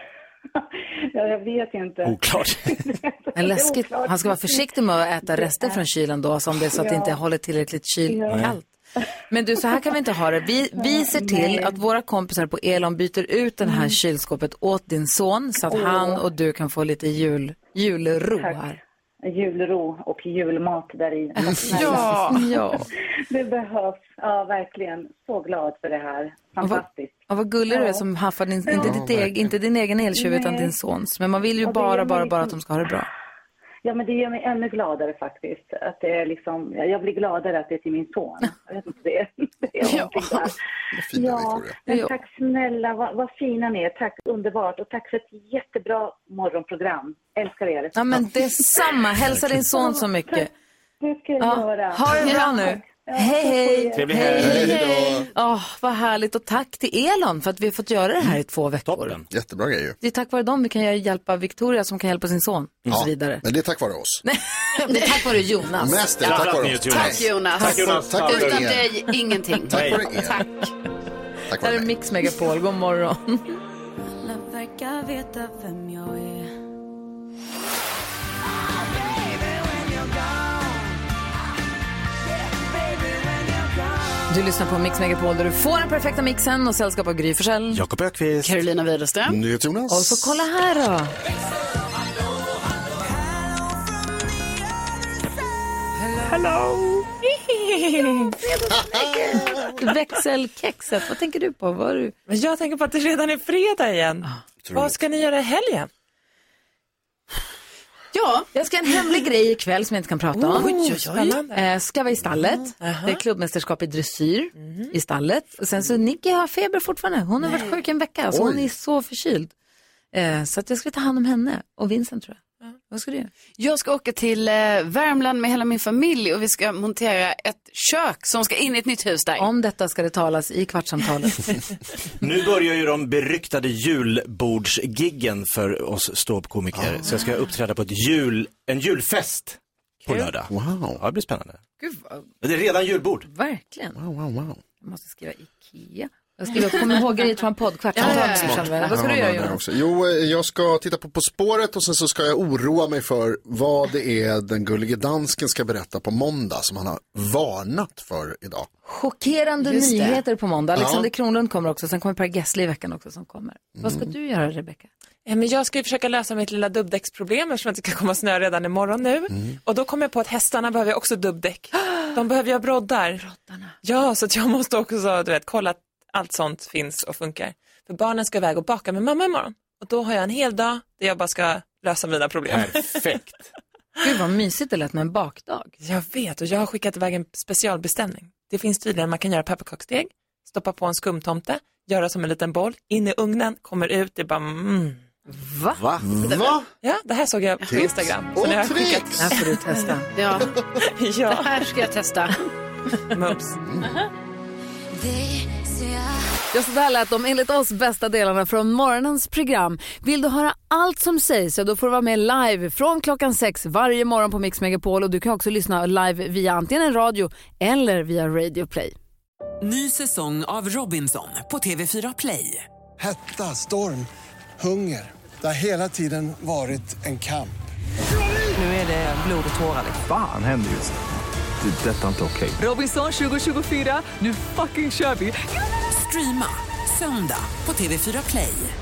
Ja, jag vet inte. Oklart. Men läskigt. Han ska vara försiktig med att äta rester från kylen då, som det är så att det Ja. inte håller tillräckligt kyl Ja. kallt. Men du, så här kan vi inte ha det. Vi, vi ser till Nej. att våra kompisar på Elon byter ut det här kylskåpet åt din son så att Åh. han och du kan få lite jul, julro Tack. här. Julro och julmat där i. Ja. Ja. Det behövs. Ja, verkligen. Så glad för det här. Fantastiskt. Och vad gullig du är Ja. som haffar din, inte, Ja, ditt eg, verkligen. inte din egen eltjuv utan Nej. din sons. Men man vill ju Och det bara, gör bara, mig- bara att de ska ha det bra. Ja, men det gör mig ännu gladare faktiskt. Att det är liksom, jag blir gladare att det är till min son. Jag vet inte, det är, det är någonting där. Ja, men Ja. tack snälla. Vad, vad fina ni är. Tack, underbart. Och tack för ett jättebra morgonprogram. Älskar er. Ja, men detsamma. Hälsa din son så mycket. Det ska jag Ja, göra. ha det bra nu. Hej, hej. Trevlig helg. Hej, Hej hej. Åh, vad härligt. Och tack till Elon för att vi har fått göra det här i två veckor. Jättebra grejer. Det är tack vare dem vi kan hjälpa Victoria som kan hjälpa sin son och Ja, så vidare. men det är tack vare oss. Det är tack vare Jonas. Mest är det tack vare oss. Tack Jonas. Tack, Jonas. Tack vare Utan er. dig, ingenting. Tack vare er. Tack. Tack Där vare är mig. Mix Megapol. God morgon. Alla verkar veta vem jag är. Du lyssnar på Mix Megapol där du får den perfekta mixen och sällskap av Gry Forssell. Jakob Ökvist. Carolina Widerström. Jonas. Och så kolla här då. Hello. Växelkexet, vad tänker du på? Vad du... Men jag tänker på att det redan är fredag igen. Vad ska ni göra i helgen? Ja, jag ska ha en hemlig grej ikväll som jag inte kan prata om. Oj, oj, oj. Spännande. Eh, ska vara i stallet. Det är klubbmästerskap i dressyr i stallet. Och sen så Nicky har feber fortfarande. Hon har varit sjuk en vecka så Oj. hon är så förkyld. Eh, så att jag ska ta hand om henne och Vincent tror jag. Vad ska du göra? Jag ska åka till eh, Värmland med hela min familj och vi ska montera ett kök som ska in i ett nytt hus där. Om detta ska det talas i kvartsamtalet. Nu börjar ju de beryktade julbordsgiggen för oss ståuppkomiker. Så jag ska uppträda på ett jul, en julfest på lördag. Wow. Ja, det blir spännande. Gud vad... Det är redan julbord. Verkligen. Wow, wow, wow. Jag måste skriva Ikea. Jag skriver upp, kom ihåg grejer från poddkvart. Ja, ja, ja. Vad ska du göra, Jonas? Jo, jag ska titta på På spåret och sen så ska jag oroa mig för vad det är den gullige dansken ska berätta på måndag som han har varnat för idag. Chockerande nyheter på måndag. Alexander Ja. Kronlund kommer också, sen kommer Per Gessle i veckan också som kommer. Mm. Vad ska du göra, Rebecca? Men jag ska ju försöka lösa mitt lilla dubbdäcksproblem eftersom det ska komma snö redan imorgon nu. Mm. Och då kommer jag på att hästarna behöver också dubbdäck. De behöver ju ha broddar. Broddarna. Ja, så att jag måste också du vet, kolla att allt sånt finns och funkar. För barnen ska iväg och baka med mamma imorgon. Och då har jag en hel dag där jag bara ska lösa mina problem. Perfekt. Gud vad mysigt det lät med en bakdag. Jag vet, och jag har skickat iväg en specialbeställning. Det finns tydligen, man kan göra pepparkaksdeg, stoppa på en skumtomte, göra som en liten boll, in i ugnen, kommer ut, det är bara mm. Va? Va? Va? Ja, det här såg jag på Tips Instagram. Så och när jag tricks. skickat... Det här får du testa. Ja, ja. det här ska jag testa. Mums. Ja, så där lät de enligt oss bästa delarna från morgonens program. Vill du höra allt som sägs så då får du vara med live från klockan sex varje morgon på Mix Megapol. Och du kan också lyssna live via antingen en radio eller via Radio Play. Ny säsong av Robinson på T V fyra Play. Hetta, storm, hunger. Det har hela tiden varit en kamp. Nu är det blod och tårar. Fan händer just det. Det är detta inte okej. Robinson tjugo tjugofyra, nu fucking kör vi. Streama söndag på T V fyra Play.